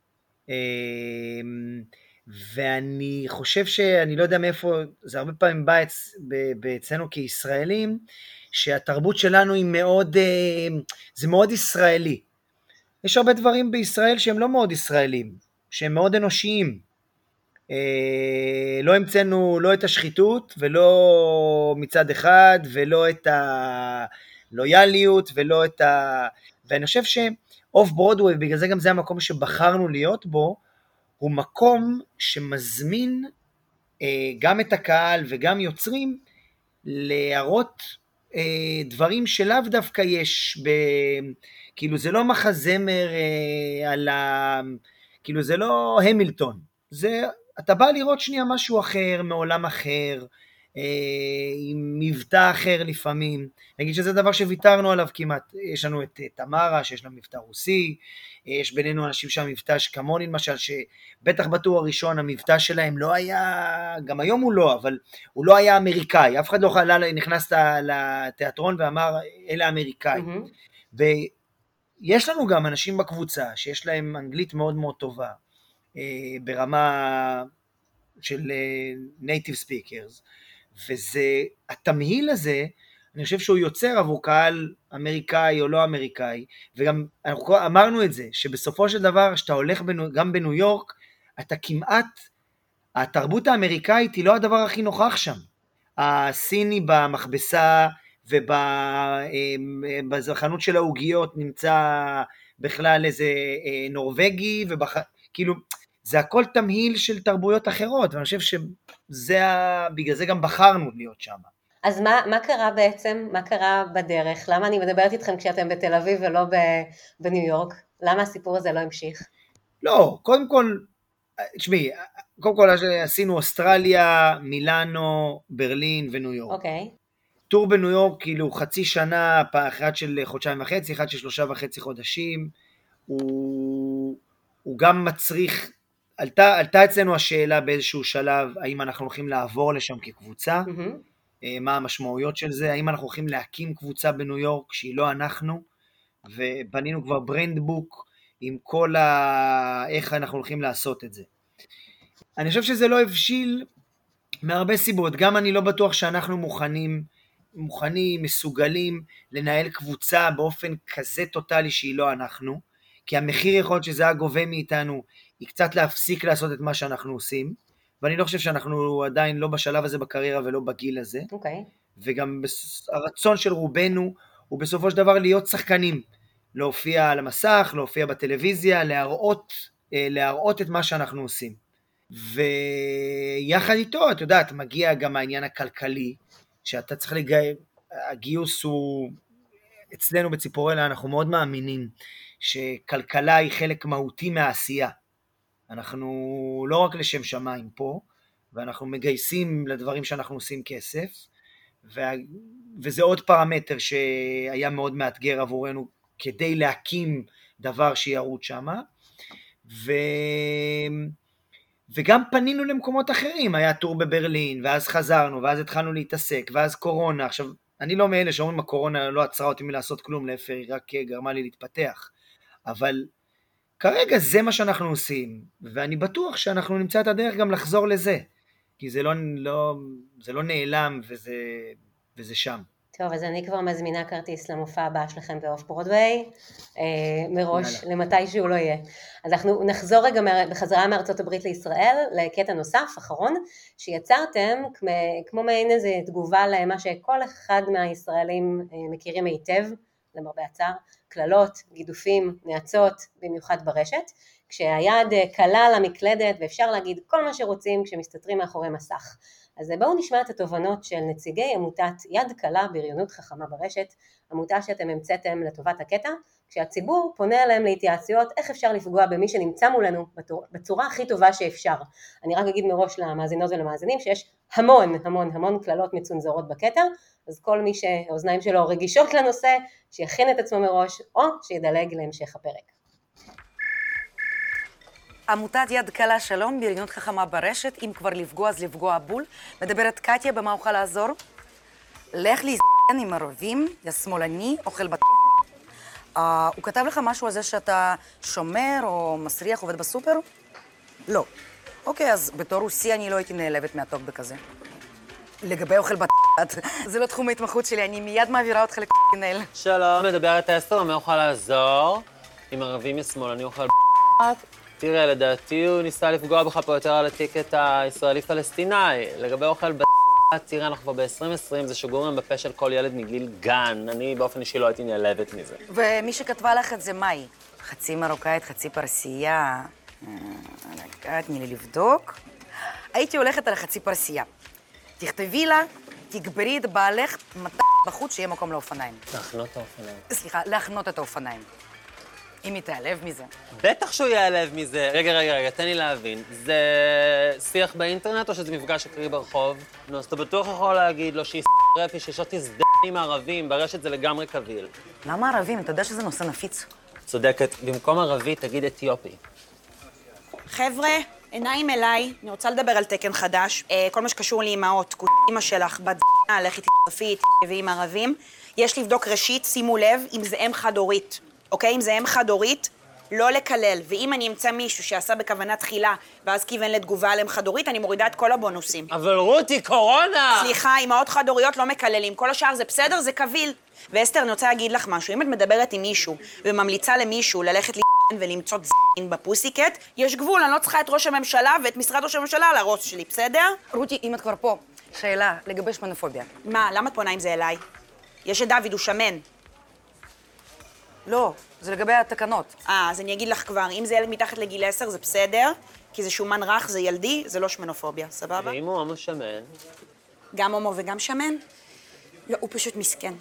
ואני חושב שאני לא יודע מאיפה, זה הרבה פעמים בא אצלנו כישראלים, שהתרבות שלנו היא מאוד, זה מאוד ישראלי. יש הרבה דברים בישראל שהם לא מאוד ישראלים, שהם מאוד אנושיים. לא המצאנו לא את השחיתות, ולא מצד אחד, ולא את הלויאליות, ולא את ואני חושב שאוף ברודווי, בגלל זה גם זה המקום שבחרנו להיות בו, הוא מקום שמזמין גם את הקהל וגם יוצרים להראות דברים שלאו דווקא יש, כאילו זה לא מחזמר כאילו זה לא המילטון, זה, אתה בא לראות שנייה משהו אחר, מעולם אחר, עם מבטא אחר לפעמים, נגיד שזה דבר שוויתרנו עליו כמעט, יש לנו את תמרה שיש לה מבטא רוסי, יש בינינו אנשים שהמבטא שכמוני למשל, שבטח בטור הראשון המבטא שלהם לא היה, גם היום הוא לא, אבל הוא לא היה אמריקאי, אף אחד לא נכנס לתיאטרון ואמר אלה אמריקאי, ויש לנו גם אנשים בקבוצה שיש להם אנגלית מאוד מאוד טובה, ברמה של native speakers, וזה, התמהיל הזה, אני חושב שהוא יוצר עבור קהל אמריקאי או לא אמריקאי, וגם אנחנו אמרנו את זה, שבסופו של דבר, שאתה הולך גם בניו יורק, אתה כמעט, התרבות האמריקאית היא לא הדבר הכי נוכח שם. הסיני במכבסה ובחנות של העוגיות נמצא בכלל איזה נורווגי, כאילו, זה הכל תמהיל של תרבויות אחרות, ואני חושב שבגלל זה גם בחרנו להיות שם. אז מה קרה בעצם? מה קרה בדרך? למה אני מדברת איתכם כשאתם בתל אביב ולא בניו יורק? למה הסיפור הזה לא המשיך? לא, קודם כל, תשמעי, קודם כל עשינו אוסטרליה, מילאנו, ברלין וניו יורק. אוקיי. טור בניו יורק, כאילו חצי שנה, אחד של חודשיים וחצי, אחד של 3.5 חודשים, הוא גם מצריך, עלתה אצלנו השאלה באיזשהו שלב, האם אנחנו הולכים לעבור לשם כקבוצה, מה המשמעויות של זה, האם אנחנו הולכים להקים קבוצה בניו יורק שהיא לא אנחנו, ובנינו כבר ברנדבוק עם כל איך אנחנו הולכים לעשות את זה. אני חושב שזה לא הבשיל מהרבה סיבות, גם אני לא בטוח שאנחנו מוכנים, מסוגלים לנהל קבוצה באופן כזה טוטלי שהיא לא אנחנו, כי המחיר יכול להיות שזה הגובה מאיתנו, היא קצת להפסיק לעשות את מה שאנחנו עושים, ואני לא חושב שאנחנו עדיין לא בשלב הזה בקריירה ולא בגיל הזה, וגם הרצון של רובנו הוא בסופו של דבר להיות שחקנים, להופיע על המסך, להופיע בטלוויזיה, להראות את מה שאנחנו עושים. ויחד איתו, את יודעת, מגיע גם העניין הכלכלי, שאתה צריך הגיוס הוא, אצלנו בציפורלה אנחנו מאוד מאמינים, שכלכלה היא חלק מהותי מהעשייה. אנחנו לא רק לשם שמיים פה, ואנחנו מגייסים לדברים שאנחנו עושים כסף, וזה עוד פרמטר שהיה מאוד מאתגר עבורנו, כדי להקים דבר שיערות שם, וגם פנינו למקומות אחרים, היה טור בברלין, ואז חזרנו, ואז התחלנו להתעסק, ואז קורונה, עכשיו, אני לא מאלה שאומרים, הקורונה לא עצרה אותי מלעשות כלום, להפך, היא רק גרמה לי להתפתח, אבל כרגע זה מה שאנחנו עושים, ואני בטוח שאנחנו נמצא את הדרך גם לחזור לזה, כי זה לא נעלם וזה שם. טוב, אז אני כבר מזמינה כרטיס למופע הבא שלכם באוף ברודווי, מראש למתי שהוא לא יהיה. אז אנחנו נחזור רגע בחזרה מארצות הברית לישראל, לקטע נוסף, אחרון, שיצרתם כמו מעין איזו תגובה למה שכל אחד מהישראלים מכירים היטב, למרבה הצער, כללות, גידופים, נאצות, במיוחד ברשת, כשהיד קלה למקלדת ואפשר להגיד כל מה שרוצים כשמסתתרים מאחורי מסך. אז בואו נשמע את התובנות של נציגי עמותת יד קלה בריונות חכמה ברשת, עמותה שאתם המצאתם לטובת הקטע, כשהציבור פונה אליהם להתייעצויות איך אפשר לפגוע במי שנמצא מולנו בצורה הכי טובה שאפשר. אני רק אגיד מראש למאזינות ולמאזינים שיש המון כללות מצונזרות בקטע, אז כל מי שהאוזניים שלו רגישות לנושא, שיכין את עצמו מראש או שידלג להמשך הפרק. עמותת יד קלה שלום, בריונות חכמה ברשת, אם כבר לפגוע אז לפגוע בול. מדברת קטיה, במה אוכל לעזור? לך להזדן עם ערבים, יא שמאלני, אוכל הוא כתב לך משהו על זה שאתה שומר או מסריח, עובד בסופר? לא. אוקיי, אז בתור רוסי אני לא הייתי נעלבת מהטוקבק הזה. לגבי אוכל זה לא תחום ההתמחות שלי, אני מיד מעבירה אותך לקנאל. שלום, מדברת אסתר, במה אוכל לעזור? עם ערבים משמאלני אוכל תראה, לדעתי הוא ניסה לפגוע בך פה יותר על הטיקט הישראלי-פלסטיני. לגבי אוכל תראה, אנחנו כבר ב-2020, זה שגורם בפה של כל ילד מגיל גן. אני באופן אישי לא הייתי נעלבת מזה. ומי שכתבה לך את זה, מהי? חצי מרוקאית, חצי פרסייה. תני לי לבדוק. הייתי הולכת על חצי פרסייה. תכתבי לה, תגברי את בעלך בחוץ שיהיה מקום לאופניים. להחנות את האופניים. סליחה, להחנות את האופניים. אם היא תעלב מזה. בטח שהוא יעלב מזה. רגע, תן לי להבין. זה שיח באינטרנט או שזה מפגש אקרי ברחוב? נו, אז אתה בטוח יכול להגיד לו שהיא רפי, ששותי זדנים ערבים, ברשת זה לגמרי קביל. למה ערבים? אתה יודע שזה נושא נפיץ. צודקת, במקום ערבי תגיד אתיופי. חבר'ה, עיניים אליי, אני רוצה לדבר על תקן חדש. כל מה שקשור לאמהות, אמא שלך, בת זנה, לכי תצטרפי, תביאי עם ערבים. יש לבדוק ראשית, שימו לב, אם זה אם חד-הורית. אוקיי? אם זה אם חד-הורית, לא לקלל. ואם אני אמצא מישהו שעשה בכוונה תחילה, ואז כיוון לתגובה על אם חד-הורית, אני מורידה את כל הבונוסים. אבל רותי, קורונה! סליחה, אמהות חד-הוריות לא מקללים. כל השאר זה בסדר, זה קביל. ואסתר, אני רוצה להגיד לך משהו. אם את מדברת עם מישהו, וממליצה למישהו ללכת ולמצוא זין בפוסיקט, יש גבול, אני לא צריכה את ראש הממשלה ואת משרד ראש הממשלה על הראש שלי, בסדר? רותי, אם את כבר פה, שאלה לגבי שמנופוביה. מה, למה את פונה עם זה אליי? יש את דוד, הוא שמן. לא, זה לגבי התקנות. אז אני אגיד לך כבר, אם זה ילד מתחת לגיל 10 זה בסדר, כי זה שומן רך, זה ילדי, זה לא שמנופוביה, סבבה? ואם הוא הומו שמן? גם הומו וגם שמן? לא, הוא פשוט מסכן.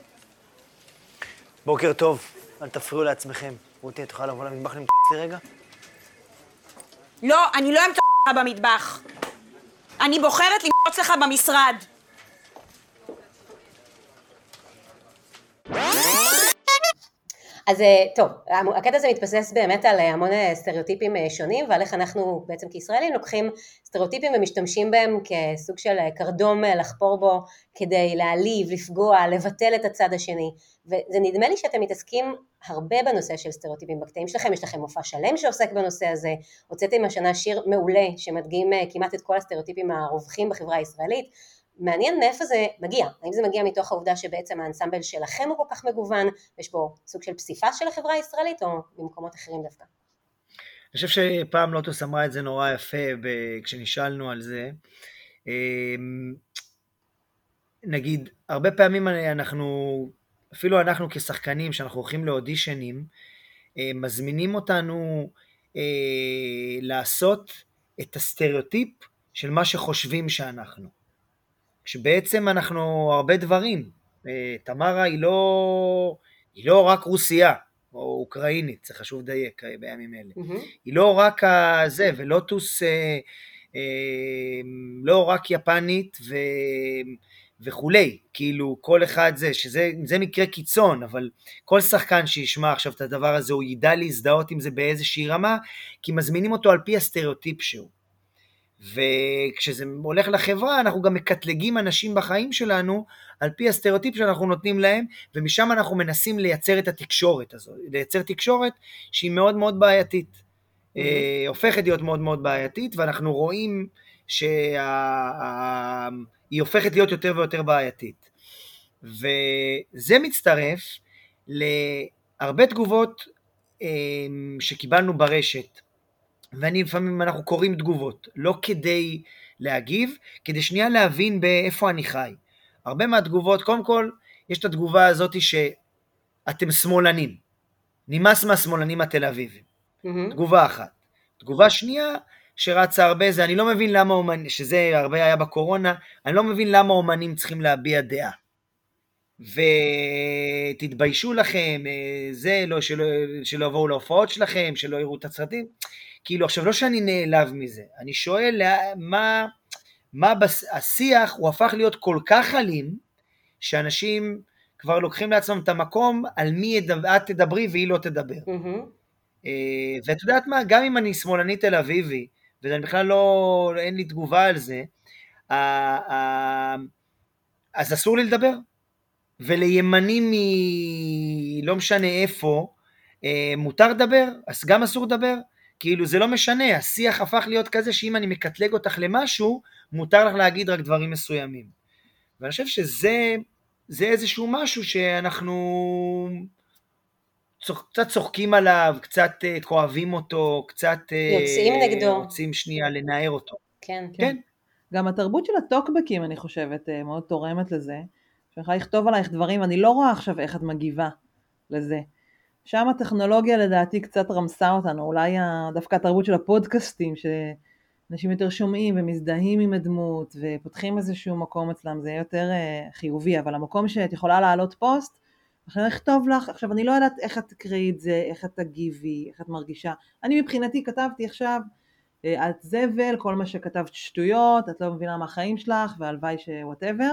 בוקר טוב, אל תפריעו לעצמכם. רותי, את יכולה לבוא למטבח למתח לי רגע? לא, אני לא אמצא לך במטבח. אני בוחרת למתח לך במשרד. אז טוב, הקטע הזה מתבסס באמת על המון סטריאוטיפים שונים, ועל איך אנחנו בעצם כישראלים לוקחים סטריאוטיפים ומשתמשים בהם כסוג של קרדום לחפור בו, כדי להעליב, לפגוע, לבטל את הצד השני, וזה נדמה לי שאתם מתעסקים הרבה בנושא של סטריאוטיפים בקטעים שלכם, יש לכם מופע שלם שעוסק בנושא הזה, הוצאתם השנה שיר מעולה שמדגים כמעט את כל הסטריאוטיפים הרווחים בחברה הישראלית, מעניין מאיפה זה מגיע, האם זה מגיע מתוך העובדה שבעצם האנסמבל שלכם הוא כל כך מגוון, ויש בו סוג של פסיפס של החברה הישראלית, או במקומות אחרים דווקא? אני חושב שפעם לוטוס אמרה את זה נורא יפה, כשנשאלנו על זה, נגיד, הרבה פעמים אפילו אנחנו כשחקנים, שאנחנו הולכים לאודישנים, מזמינים אותנו לעשות את הסטריאוטיפ של מה שחושבים שאנחנו. כשבעצם אנחנו הרבה דברים, תמרה היא לא רק רוסיה, או אוקראינית, זה חשוב דייק בימים אלה, היא לא רק זה, ולוטוס לא רק יפנית וכולי, כאילו כל אחד שזה מקרה קיצון, אבל כל שחקן שישמע עכשיו את הדבר הזה, הוא ידע להזדהות עם זה באיזושהי רמה, כי מזמינים אותו על פי הסטריאוטיפ שהוא. וכשזה הולך לחברה, אנחנו גם מקטלגים אנשים בחיים שלנו, על פי הסטריאוטיפ שאנחנו נותנים להם, ומשם אנחנו מנסים לייצר את התקשורת הזו, לייצר תקשורת שהיא מאוד מאוד בעייתית, הופכת להיות מאוד מאוד בעייתית, ואנחנו רואים שהיא הופכת להיות יותר ויותר בעייתית. וזה מצטרף להרבה תגובות שקיבלנו ברשת, ואני לפעמים אנחנו קוראים תגובות, לא כדי להגיב, כדי שנייה להבין באיפה אני חי. הרבה מהתגובות, קודם כל, יש את התגובה הזאת שאתם שמאלנים, נמאס מהשמאלנים התל אביבים. תגובה אחת. תגובה שנייה, שרצה הרבה זה, אני לא מבין למה אומנים, שזה הרבה היה בקורונה, אני לא מבין למה אומנים צריכים להביע דעה. ותתביישו לכם, זה לא, שלא יבואו להופעות שלכם, שלא יראו את הסרטים. כאילו, עכשיו לא שאני נעלב מזה, אני שואל מה השיח הוא הפך להיות כל כך אלים, שאנשים כבר לוקחים לעצמם את המקום, על מי את תדברי והיא לא תדבר. ואת יודעת מה, גם אם אני שמאלני תל אביבי, ואני בכלל לא, אין לי תגובה על זה, אז אסור לי לדבר. ולימנים לא משנה איפה, מותר לדבר, אז גם אסור לדבר. כאילו זה לא משנה, השיח הפך להיות כזה שאם אני מקטלג אותך למשהו, מותר לך להגיד רק דברים מסוימים. ואני חושב שזה איזשהו משהו שאנחנו קצת צוחקים עליו, קצת כואבים אותו, קצת יוצאים נגדו. רוצים שנייה לנער אותו. כן. כן. גם התרבות של הטוקבקים, אני חושבת, מאוד תורמת לזה. שאני יכולה לכתוב עלייך דברים, אני לא רואה עכשיו איך את מגיבה לזה. שם הטכנולוגיה לדעתי קצת רמסה אותנו, אולי דווקא התרבות של הפודקאסטים, שאנשים יותר שומעים ומזדהים עם הדמות, ופותחים איזשהו מקום אצלם, זה יותר חיובי, אבל המקום שאת יכולה להעלות פוסט, אחרי לכתוב לך, עכשיו אני לא יודעת איך את תקראי את זה, איך את תגיבי, איך את מרגישה. אני מבחינתי כתבתי עכשיו, את זבל, כל מה שכתבת שטויות, את לא מבינה מה החיים שלך, והלוואי ש-whatever,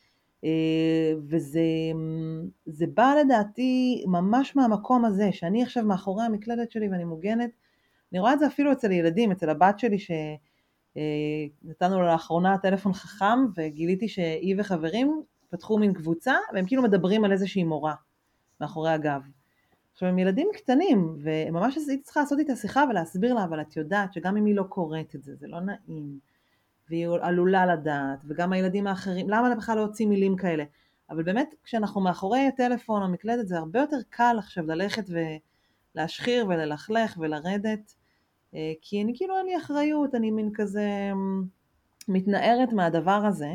וזה בא לדעתי ממש מהמקום הזה, שאני עכשיו מאחורי המקלדת שלי ואני מוגנת, אני רואה את זה אפילו אצל ילדים, אצל הבת שלי שנתנו לו לאחרונה טלפון חכם, וגיליתי שהיא וחברים פתחו מין קבוצה, והם כאילו מדברים על איזושהי מורה מאחורי הגב. עכשיו הם ילדים קטנים, וממש הייתי צריכה לעשות איתה שיחה ולהסביר לה, אבל את יודעת שגם אם היא לא קוראת את זה, זה לא נעים, והיא עלולה לדעת, וגם הילדים האחרים, למה בכלל להוציא מילים כאלה? אבל באמת, כשאנחנו מאחורי הטלפון או מקלדת, זה הרבה יותר קל עכשיו ללכת ולהשחיר וללכלך ולרדת, כי אני כאילו אין לי אחריות, אני מין כזה מתנערת מהדבר הזה.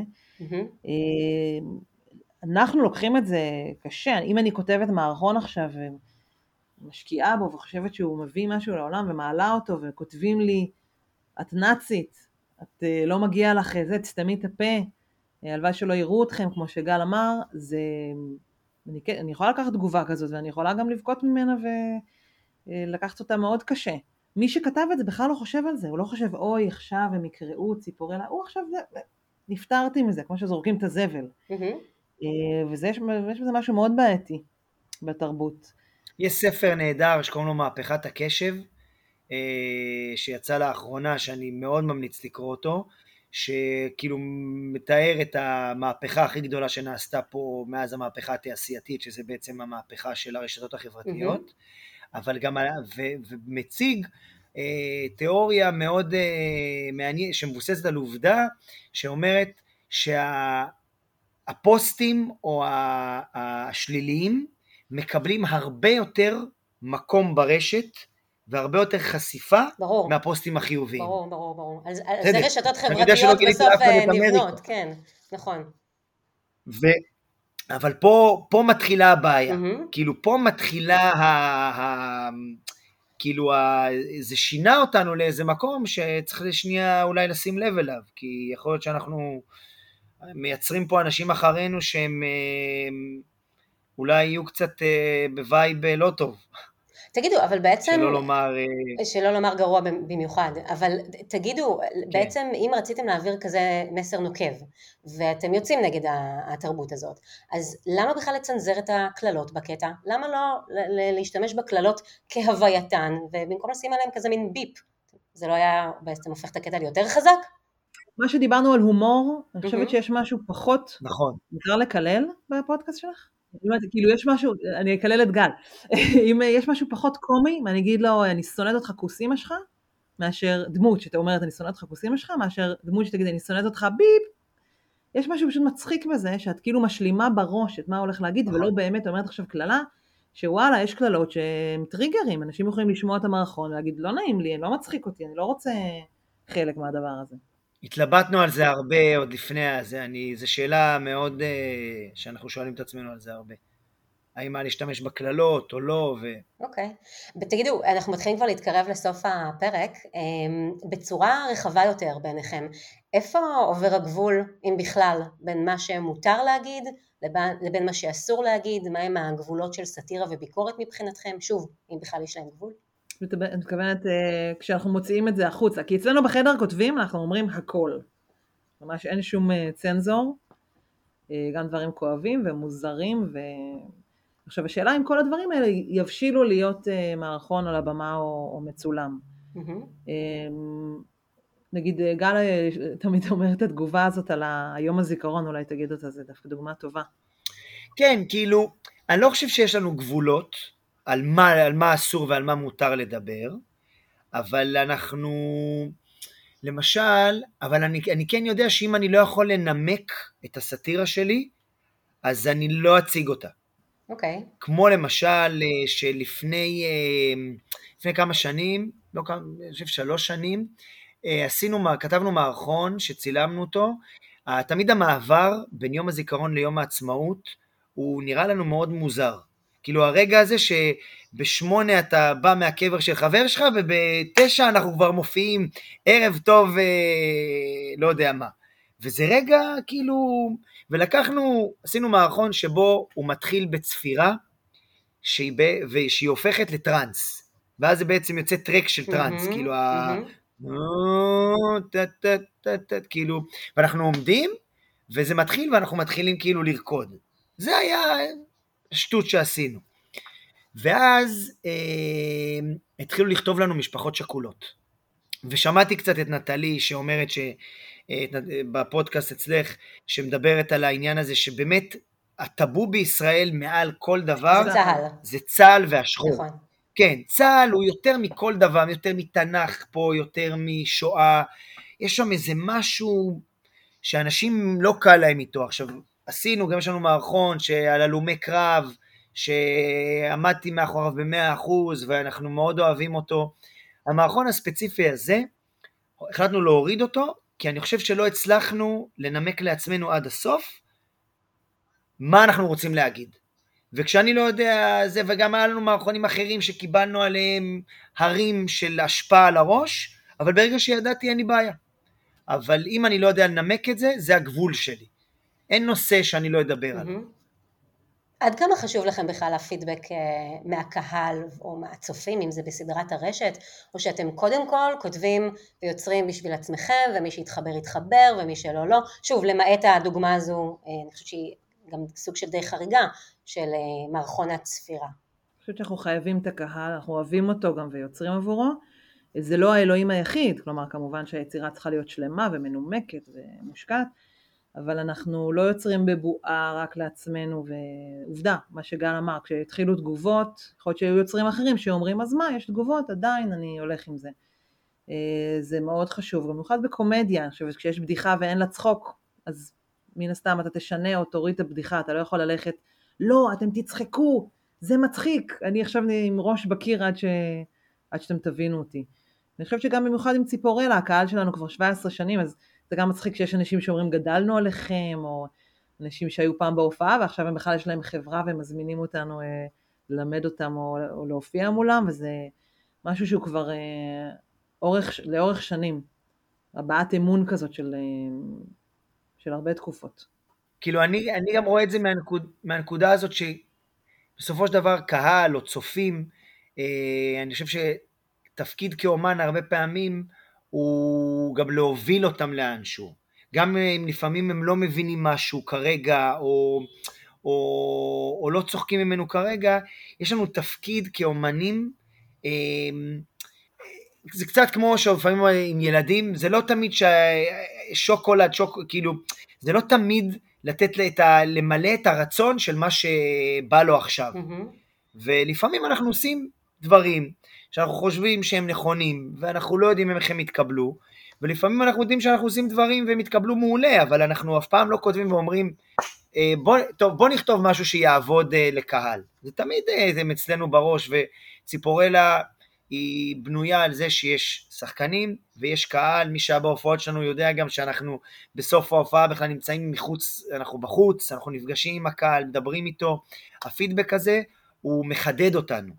אנחנו לוקחים את זה קשה, אם אני כותבת מערכון עכשיו ומשקיעה בו וחושבת שהוא מביא משהו לעולם ומעלה אותו וכותבים לי, את נאצית, את לא מגיעה לך זה, תסתמי את הפה, הלוואי שלא יראו אתכם, כמו שגל אמר, אני יכולה לקחת תגובה כזאת, ואני יכולה גם לבכות ממנה ולקחת אותה מאוד קשה. מי שכתב את זה בכלל לא חושב על זה, הוא לא חושב, אוי, עכשיו הם יקראו ציפורלה, הוא עכשיו נפטרתי מזה, כמו שזורקים את הזבל. ויש בזה משהו מאוד בעייתי בתרבות. יש ספר נהדר שקוראים לו מהפכת הקשב, שיצא לאחרונה, שאני מאוד ממליץ לקרוא אותו, שכאילו מתאר את המהפכה הכי גדולה שנעשתה פה מאז המהפכה התעשייתית, שזה בעצם המהפכה של הרשתות החברתיות, אבל גם ומציג תיאוריה מאוד מעניינת, שמבוססת על עובדה, שאומרת שהפוסטים או השליליים מקבלים הרבה יותר מקום ברשת, והרבה יותר חשיפה מהפוסטים החיוביים. ברור. אז זה רשתות חברתיות בסוף נבנות, כן, נכון. אבל פה מתחילה הבעיה, כאילו פה מתחילה, כאילו זה שינה אותנו לאיזה מקום שצריך לשנייה אולי לשים לב אליו, כי יכול להיות שאנחנו מייצרים פה אנשים אחרינו שהם אולי יהיו קצת בווייב לא טוב. תגידו, אבל בעצם, שלא לומר גרוע במיוחד, אבל תגידו, בעצם אם רציתם להעביר כזה מסר נוקב, ואתם יוצאים נגד התרבות הזאת, אז למה בכלל לצנזר את הכללות בקטע? למה לא להשתמש בכללות כהווייתן, ובמקום לשים עליהם כזה מין ביפ? זה לא היה בעצם הופך את הקטע ליותר חזק? מה שדיברנו על הומור, אני חושבת שיש משהו פחות, נכון. מותר לקלל בפודקאסט שלך? כאילו יש משהו, אני אקלל את גל, אם יש משהו פחות קומי, ואני אגיד לו, אני שונאת אותך כוס אמא שלך, מאשר דמות שאתה אומרת, אני שונאת אותך כוס אמא שלך, מאשר דמות שתגיד, אני שונאת אותך ביפ, יש משהו פשוט מצחיק בזה, שאת כאילו משלימה בראש את מה הולך להגיד, ולא באמת אומרת עכשיו כללה, שוואלה, יש כללות שהם טריגרים, אנשים יכולים לשמוע את המערכון, ולהגיד, לא נעים לי, לא מצחיק אותי, אני לא רוצה חלק מהדבר הזה. התלבטנו על זה הרבה עוד לפני הזה, זו שאלה מאוד שאנחנו שואלים את עצמנו על זה הרבה. האם מה להשתמש בכללות או לא, אוקיי. תגידו, אנחנו מתחילים כבר להתקרב לסוף הפרק, בצורה רחבה יותר ביניכם, איפה עובר הגבול, אם בכלל, בין מה שמותר להגיד, לבין מה שאסור להגיד, מהם הגבולות של סאטירה וביקורת מבחינתכם, שוב, אם בכלל יש להם גבול? אני מתכוונת, כשאנחנו מוציאים את זה החוצה, כי אצלנו בחדר כותבים, אנחנו אומרים הכל. ממש אין שום צנזור, גם דברים כואבים ומוזרים, עכשיו, השאלה אם כל הדברים האלה יבשילו להיות מערכון על הבמה או מצולם. נגיד, גל תמיד אומר את התגובה הזאת על היום הזיכרון, אולי תגיד אותה, זה דווקא דוגמה טובה. כן, כאילו, אני לא חושב שיש לנו גבולות על מה אסור ועל מה מותר לדבר, אבל אנחנו, למשל, אבל אני כן יודע שאם אני לא יכול לנמק את הסאטירה שלי, אז אני לא אציג אותה. אוקיי. כמו למשל, שלפני כמה שנים, לא כמה, אני חושב 3 שנים, כתבנו מערכון שצילמנו אותו, תמיד המעבר בין יום הזיכרון ליום העצמאות, הוא נראה לנו מאוד מוזר. כאילו הרגע הזה שב8 אתה בא מהקבר של חבר שלך, וב9 אנחנו כבר מופיעים ערב טוב, לא יודע מה. וזה רגע כאילו, עשינו מערכון שבו הוא מתחיל בצפירה, שהיא הופכת לטרנס. ואז זה בעצם יוצא טרק של טרנס, כאילו כאילו, ואנחנו עומדים, וזה מתחיל, ואנחנו מתחילים כאילו לרקוד. זה היה שטות שעשינו. ואז התחילו לכתוב לנו משפחות שכולות. ושמעתי קצת את נטלי שאומרת בפודקאסט אצלך, שמדברת על העניין הזה, שבאמת הטאבו בישראל מעל כל דבר, זה צה"ל והשחור. נכון. כן, צה"ל הוא יותר מכל דבר, יותר מתנ"ך פה, יותר משואה, יש שם איזה משהו שאנשים לא קל להם איתו. עכשיו, עשינו, גם יש לנו מערכון שעל הלומי קרב, שעמדתי מאחוריו ב100%, ואנחנו מאוד אוהבים אותו. המערכון הספציפי הזה, החלטנו להוריד אותו, כי אני חושב שלא הצלחנו לנמק לעצמנו עד הסוף, מה אנחנו רוצים להגיד. וכשאני לא יודע זה, וגם היה לנו מערכונים אחרים שקיבלנו עליהם הרים של השפעה על הראש, אבל ברגע שידעתי אין לי בעיה. אבל אם אני לא יודע לנמק את זה, זה הגבול שלי. אין נושא שאני לא אדבר עליו. עד כמה חשוב לכם בכלל הפידבק מהקהל או מהצופים, אם זה בסדרת הרשת, או שאתם קודם כל כותבים ויוצרים בשביל עצמכם, ומי שיתחבר יתחבר, ומי שלא לא. שוב, למעט הדוגמה הזו, אני חושבת שהיא גם סוג של די חריגה, של מערכון הצפירה. אני חושבת שאנחנו חייבים את הקהל, אנחנו אוהבים אותו גם ויוצרים עבורו, זה לא האלוהים היחיד, כלומר כמובן שהיצירה צריכה להיות שלמה ומנומקת ומושקעת, אבל אנחנו לא יוצרים בבועה רק לעצמנו, ועובדה, מה שגל אמר, כשהתחילו תגובות, יכול להיות שהיו יוצרים אחרים שאומרים, אז מה, יש תגובות, עדיין אני הולך עם זה. זה מאוד חשוב, במיוחד בקומדיה, אני חושבת, כשיש בדיחה ואין לה צחוק, אז מן הסתם אתה תשנה או תוריד את הבדיחה, אתה לא יכול ללכת, לא, אתם תצחקו, זה מצחיק, אני עכשיו עם ראש בקיר עד שאתם תבינו אותי. אני חושבת שגם במיוחד עם ציפורלה, הקהל שלנו כבר 17 שנים, אז זה גם מצחיק שיש אנשים שאומרים גדלנו עליכם, או אנשים שהיו פעם בהופעה, ועכשיו הם בכלל יש להם חברה ומזמינים אותנו ללמד אותם או להופיע מולם, וזה משהו שהוא כבר לאורך שנים, הבעת אמון כזאת של הרבה תקופות. כאילו אני גם רואה את זה מהנקודה הזאת שבסופו של דבר קהל או צופים, אני חושב שתפקיד כאומן הרבה פעמים הוא גם להוביל אותם לאנשהו. גם אם לפעמים הם לא מבינים משהו כרגע או לא צוחקים ממנו כרגע, יש לנו תפקיד כאומנים, זה קצת כמו שלפעמים עם ילדים, זה לא תמיד שוקולד, כאילו, זה לא תמיד למלא את הרצון של מה שבא לו עכשיו. ולפעמים אנחנו עושים דברים שאנחנו חושבים שהם נכונים, ואנחנו לא יודעים איך הם יתקבלו, ולפעמים אנחנו יודעים שאנחנו עושים דברים והם יתקבלו מעולה, אבל אנחנו אף פעם לא כותבים ואומרים, בוא נכתוב משהו שיעבוד לקהל. זה תמיד אצלנו בראש, וציפורלה היא בנויה על זה שיש שחקנים ויש קהל. מי שהיה בהופעות שלנו יודע גם שאנחנו בסוף ההופעה בכלל נמצאים מחוץ, אנחנו בחוץ, אנחנו נפגשים עם הקהל, מדברים איתו. הפידבק הזה הוא מחדד אותנו.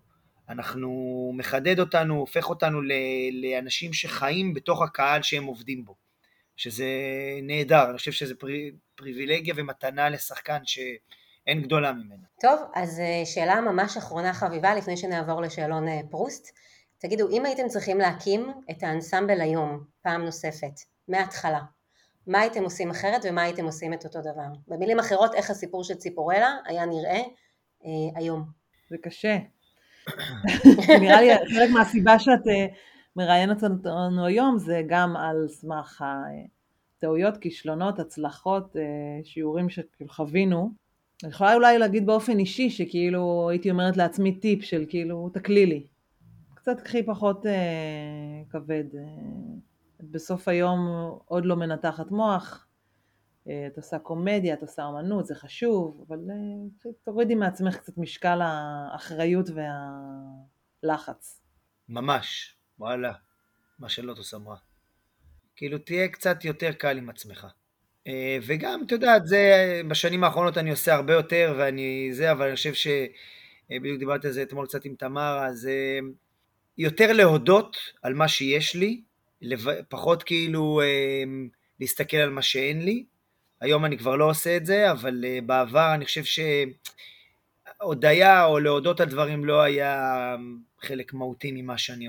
הופך אותנו לאנשים שחיים בתוך הקהל שהם עובדים בו. שזה נהדר, אני חושב שזה פריבילגיה ומתנה לשחקן שאין גדולה ממנה. טוב, אז שאלה ממש אחרונה חביבה לפני שנעבור לשאלון פרוסט. תגידו, אם הייתם צריכים להקים את האנסמבל היום, פעם נוספת, מההתחלה, מה הייתם עושים אחרת ומה הייתם עושים את אותו דבר? במילים אחרות, איך הסיפור של ציפורלה היה נראה היום? זה קשה. נראה לי חלק מהסיבה שאת מראיינת אותנו היום זה גם על סמך טעויות, כישלונות, הצלחות, שיעורים שחווינו. אני יכולה אולי להגיד באופן אישי שכאילו הייתי אומרת לעצמי טיפ של כאילו תקלי לי. קצת קחי פחות כבד. בסוף היום עוד לא מנתחת מוח, את עושה קומדיה, את עושה אומנות, זה חשוב, אבל תורידי מעצמך קצת משקל האחריות והלחץ. ממש, וואלה, מה שלא תסמרה. כאילו תהיה קצת יותר קל עם עצמך. וגם, אתה יודעת, זה בשנים האחרונות אני עושה הרבה יותר, אבל אני חושב שבדיוק דיברתי על זה אתמול קצת עם תמר, אז יותר להודות על מה שיש לי, פחות כאילו להסתכל על מה שאין לי. היום אני כבר לא עושה את זה, אבל בעבר אני חושב שהודיה או להודות על דברים לא היה חלק מהותי ממה שאני,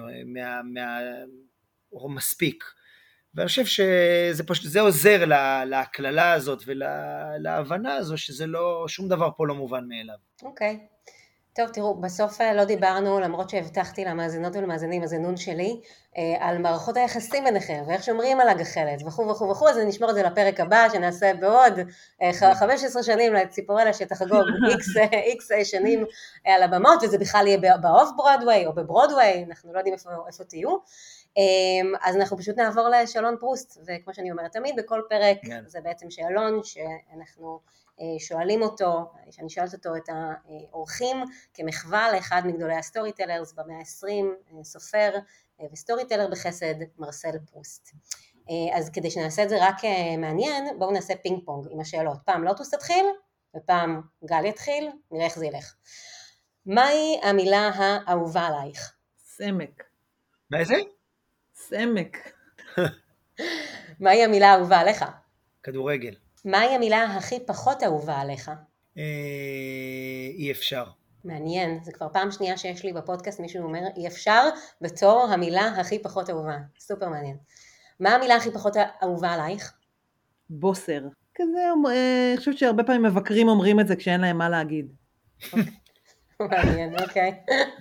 או מספיק. ואני חושב שזה עוזר להכללה הזאת ולהבנה הזו, שזה לא, שום דבר פה לא מובן מאליו. אוקיי. טוב, תראו, בסוף לא דיברנו, למרות שהבטחתי למאזינות ולמאזינים, אז הנון שלי, על מערכות היחסים ביניכם, ואיך שומרים על הגחלת, וכו', אז נשמור את זה לפרק הבא, שנעשה בעוד 15 שנים לציפורלה שתחגוג X שנים על הבמות, וזה בכלל יהיה באוף ברודווי או בברודווי, אנחנו לא יודעים איפה תהיו. אז אנחנו פשוט נעבור לשאלון פרוסט, וכמו שאני אומרת תמיד, בכל פרק זה בעצם שאלון שאנחנו שואלים אותו, שאני שואלת אותו את האורחים כמחווה לאחד מגדולי הסטורי טלרס במאה ה-20, סופר וסטורי טלר בחסד, מרסל פרוסט. אז כדי שנעשה את זה רק מעניין, בואו נעשה פינג פונג עם השאלות. פעם לוטוס תתחיל, ופעם גל יתחיל, נראה איך זה ילך. מהי המילה האהובה עלייך? סמק. מה זה? סמק. מהי המילה האהובה עליך? כדורגל. מהי המילה הכי פחות אהובה עליך? אי אפשר. מעניין, זה כבר פעם שנייה שיש לי בפודקאסט מישהו אומר אי אפשר בתור המילה הכי פחות אהובה. סופר מעניין. מה המילה הכי פחות אהובה עלייך? בוסר. כזה, אני חושבת שהרבה פעמים מבקרים אומרים את זה כשאין להם מה להגיד. מעניין, אוקיי.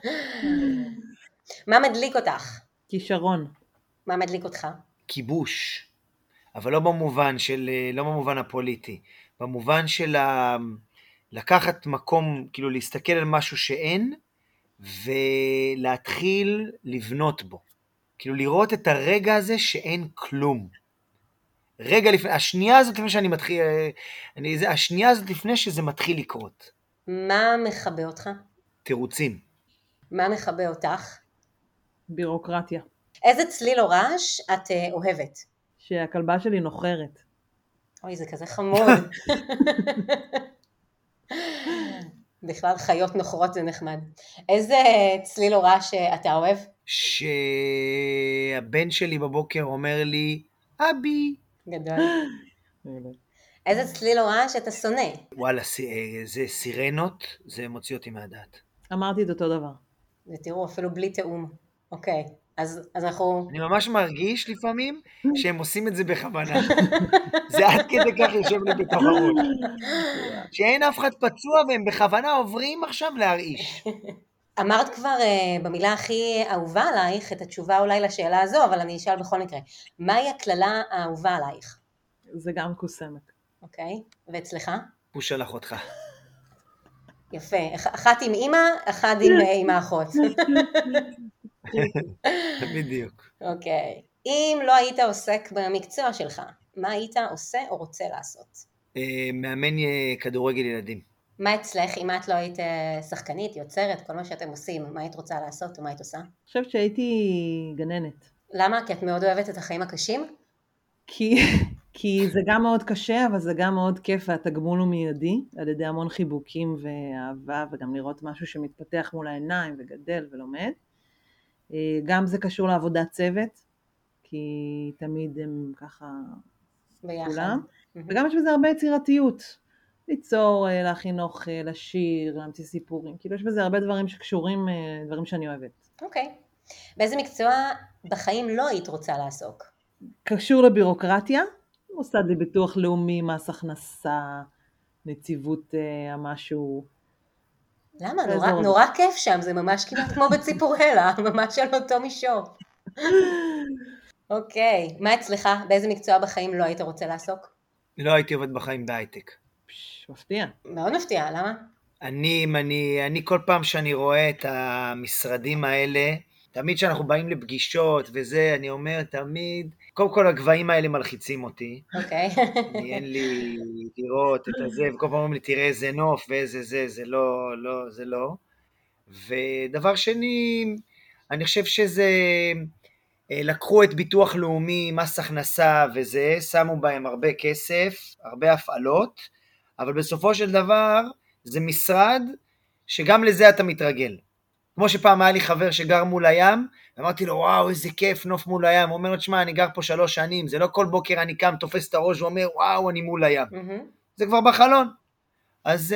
מה מדליק אותך? כישרון. מה מדליק אותך? כיבוש. אבל לא במובן הפוליטי, במובן של לקחת מקום, כאילו להסתכל על משהו שאין, ולהתחיל לבנות בו. כאילו לראות את הרגע הזה שאין כלום. השנייה הזאת לפני שאני מתחיל, השנייה הזאת לפני שזה מתחיל לקרות. מה מחבא אותך? תירוצים. מה מחבא אותך? בירוקרטיה. איזה צליל או רעש את אוהבת? שהכלבה שלי נוחרת. אוי, זה כזה חמוד. בכלל חיות נוחרות זה נחמד. איזה צליל או רעש אתה אוהב? שהבן שלי בבוקר אומר לי, אבי. גדול. איזה צליל או רעש אתה שונא? וואלה, זה סירנות, זה מוציא אותי מהדעת. אמרתי את אותו דבר. ותראו, אפילו בלי תאום. אוקיי. אז אנחנו... אני ממש מרגיש לפעמים שהם עושים את זה בכוונה. זה עד כדי כך יושב לי בתוך הראש. שאין אף אחד פצוע והם בכוונה עוברים עכשיו להרעיש. אמרת כבר במילה הכי אהובה עלייך את התשובה אולי לשאלה הזו, אבל אני אשאל בכל מקרה. מהי הכללה האהובה עלייך? זה גם קוסמק. אוקיי, ואצלך? פוש על אחותך. יפה, אחת עם אמא, אחת עם האחות. בדיוק. אוקיי. אם לא היית עוסק במקצוע שלך, מה היית עושה או רוצה לעשות? מאמן כדורגל ילדים. מה אצלך, אם את לא היית שחקנית, יוצרת, כל מה שאתם עושים, מה היית רוצה לעשות או מה היית עושה? אני חושבת שהייתי גננת. למה? כי את מאוד אוהבת את החיים הקשים? כי זה גם מאוד קשה, אבל זה גם מאוד כיף, והתגמול הוא מיידי, על ידי המון חיבוקים ואהבה, וגם לראות משהו שמתפתח מול העיניים וגדל ולומד. גם זה קשור לעבודת צוות, כי תמיד הם ככה ביחד. כולם. וגם יש בזה הרבה יצירתיות. ליצור, להכין אוכל, לשיר, להמציא סיפורים. כאילו יש בזה הרבה דברים שקשורים, דברים שאני אוהבת. אוקיי. באיזה מקצוע בחיים לא היית רוצה לעסוק? קשור לבירוקרטיה, מוסד לביטוח לאומי, מס הכנסה, נציבות המשהו. למה? נורא כיף שם, זה ממש כמעט כמו בציפורלה, ממש על אותו מישור. אוקיי, מה אצלך? באיזה מקצוע בחיים לא היית רוצה לעסוק? לא הייתי עובד בחיים בהייטק. מפתיע. מאוד מפתיע, למה? אני כל פעם שאני רואה את המשרדים האלה, תמיד שאנחנו באים לפגישות וזה, אני אומר תמיד, קודם כל הגבהים האלה מלחיצים אותי. אוקיי. אין לי לראות את הזה, וכל פעם אומרים לי, תראה איזה נוף ואיזה זה לא, זה לא. ודבר שני, אני חושב שזה, לקחו את ביטוח לאומי, מס הכנסה וזה, שמו בהם הרבה כסף, הרבה הפעלות, אבל בסופו של דבר, זה משרד שגם לזה אתה מתרגל. כמו שפעם היה לי חבר שגר מול הים, ואמרתי לו, וואו, איזה כיף, נוף מול הים. הוא אומר לו, תשמע, אני גר פה 3 שנים, זה לא כל בוקר אני קם, תופס את הראש ואומר, וואו, אני מול הים. זה כבר בחלון. אז,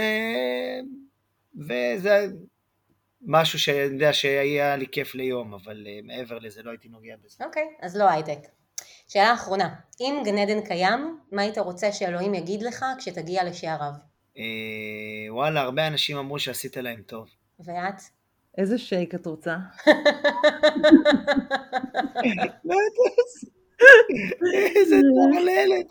וזה משהו שאני יודע שהיה לי כיף ליום, אבל מעבר לזה לא הייתי נוגע בזה. אוקיי, אז לא הייטק. שאלה אחרונה, אם גן עדן קיים, מה היית רוצה שאלוהים יגיד לך כשתגיע לשעריו? וואלה, הרבה אנשים אמרו שעשית להם טוב. ואת? איזה שייק את רוצה? איזה תורללת.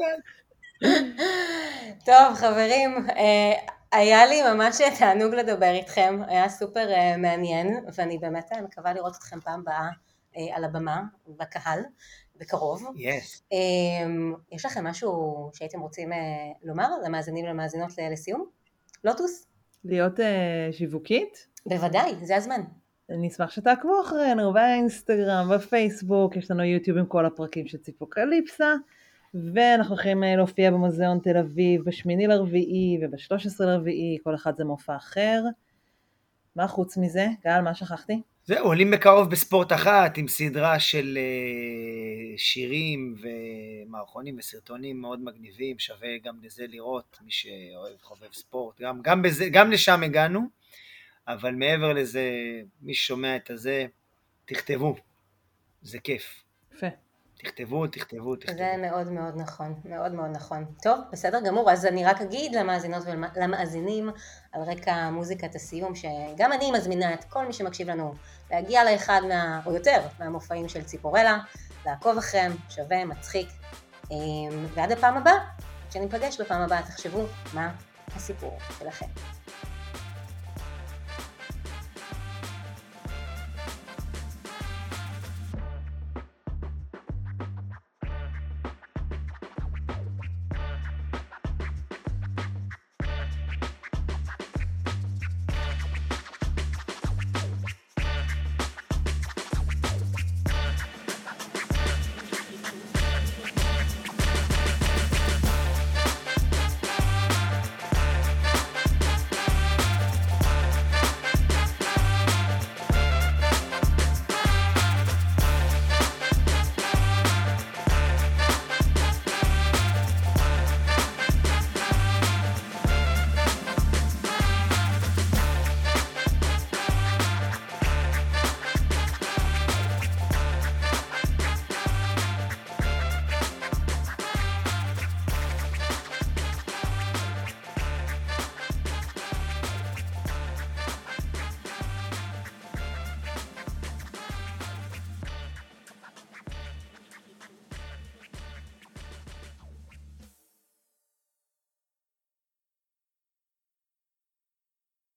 טוב חברים, היה לי ממש תענוג לדבר איתכם, היה סופר מעניין, ואני באמת מקווה לראות אתכם פעם הבאה על הבמה, בקהל, בקרוב. Yes. יש לכם משהו שהייתם רוצים לומר למאזינים ולמאזינות לסיום? לוטוס? להיות שיווקית? בוודאי, זה הזמן. אני אשמח שתעקבו אחרינו באינסטגרם, בפייסבוק, יש לנו יוטיוב עם כל הפרקים של ציפוקליפסה, ואנחנו הולכים להופיע במוזיאון תל אביב ב8/4 וב13/4, כל אחד זה מופע אחר. מה חוץ מזה? גל, מה שכחתי? זהו, עולים בקרוב בספורט אחת עם סדרה של שירים ומערכונים וסרטונים מאוד מגניבים, שווה גם לזה לראות, מי שאוהב חובב ספורט, גם לשם הגענו, אבל מעבר לזה, מי ששומע את הזה, תכתבו, זה כיף. יפה. תכתבו. זה מאוד מאוד נכון, מאוד מאוד נכון. טוב, בסדר גמור, אז אני רק אגיד למאזינות ולמאזינים על רקע מוזיקת הסיום, שגם אני מזמינה את כל מי שמקשיב לנו להגיע לאחד או יותר מהמופעים של ציפורלה, לעקוב אחריהם, שווה, מצחיק, ועד הפעם הבאה, כשניפגש בפעם הבאה, תחשבו מה הסיפור שלכם.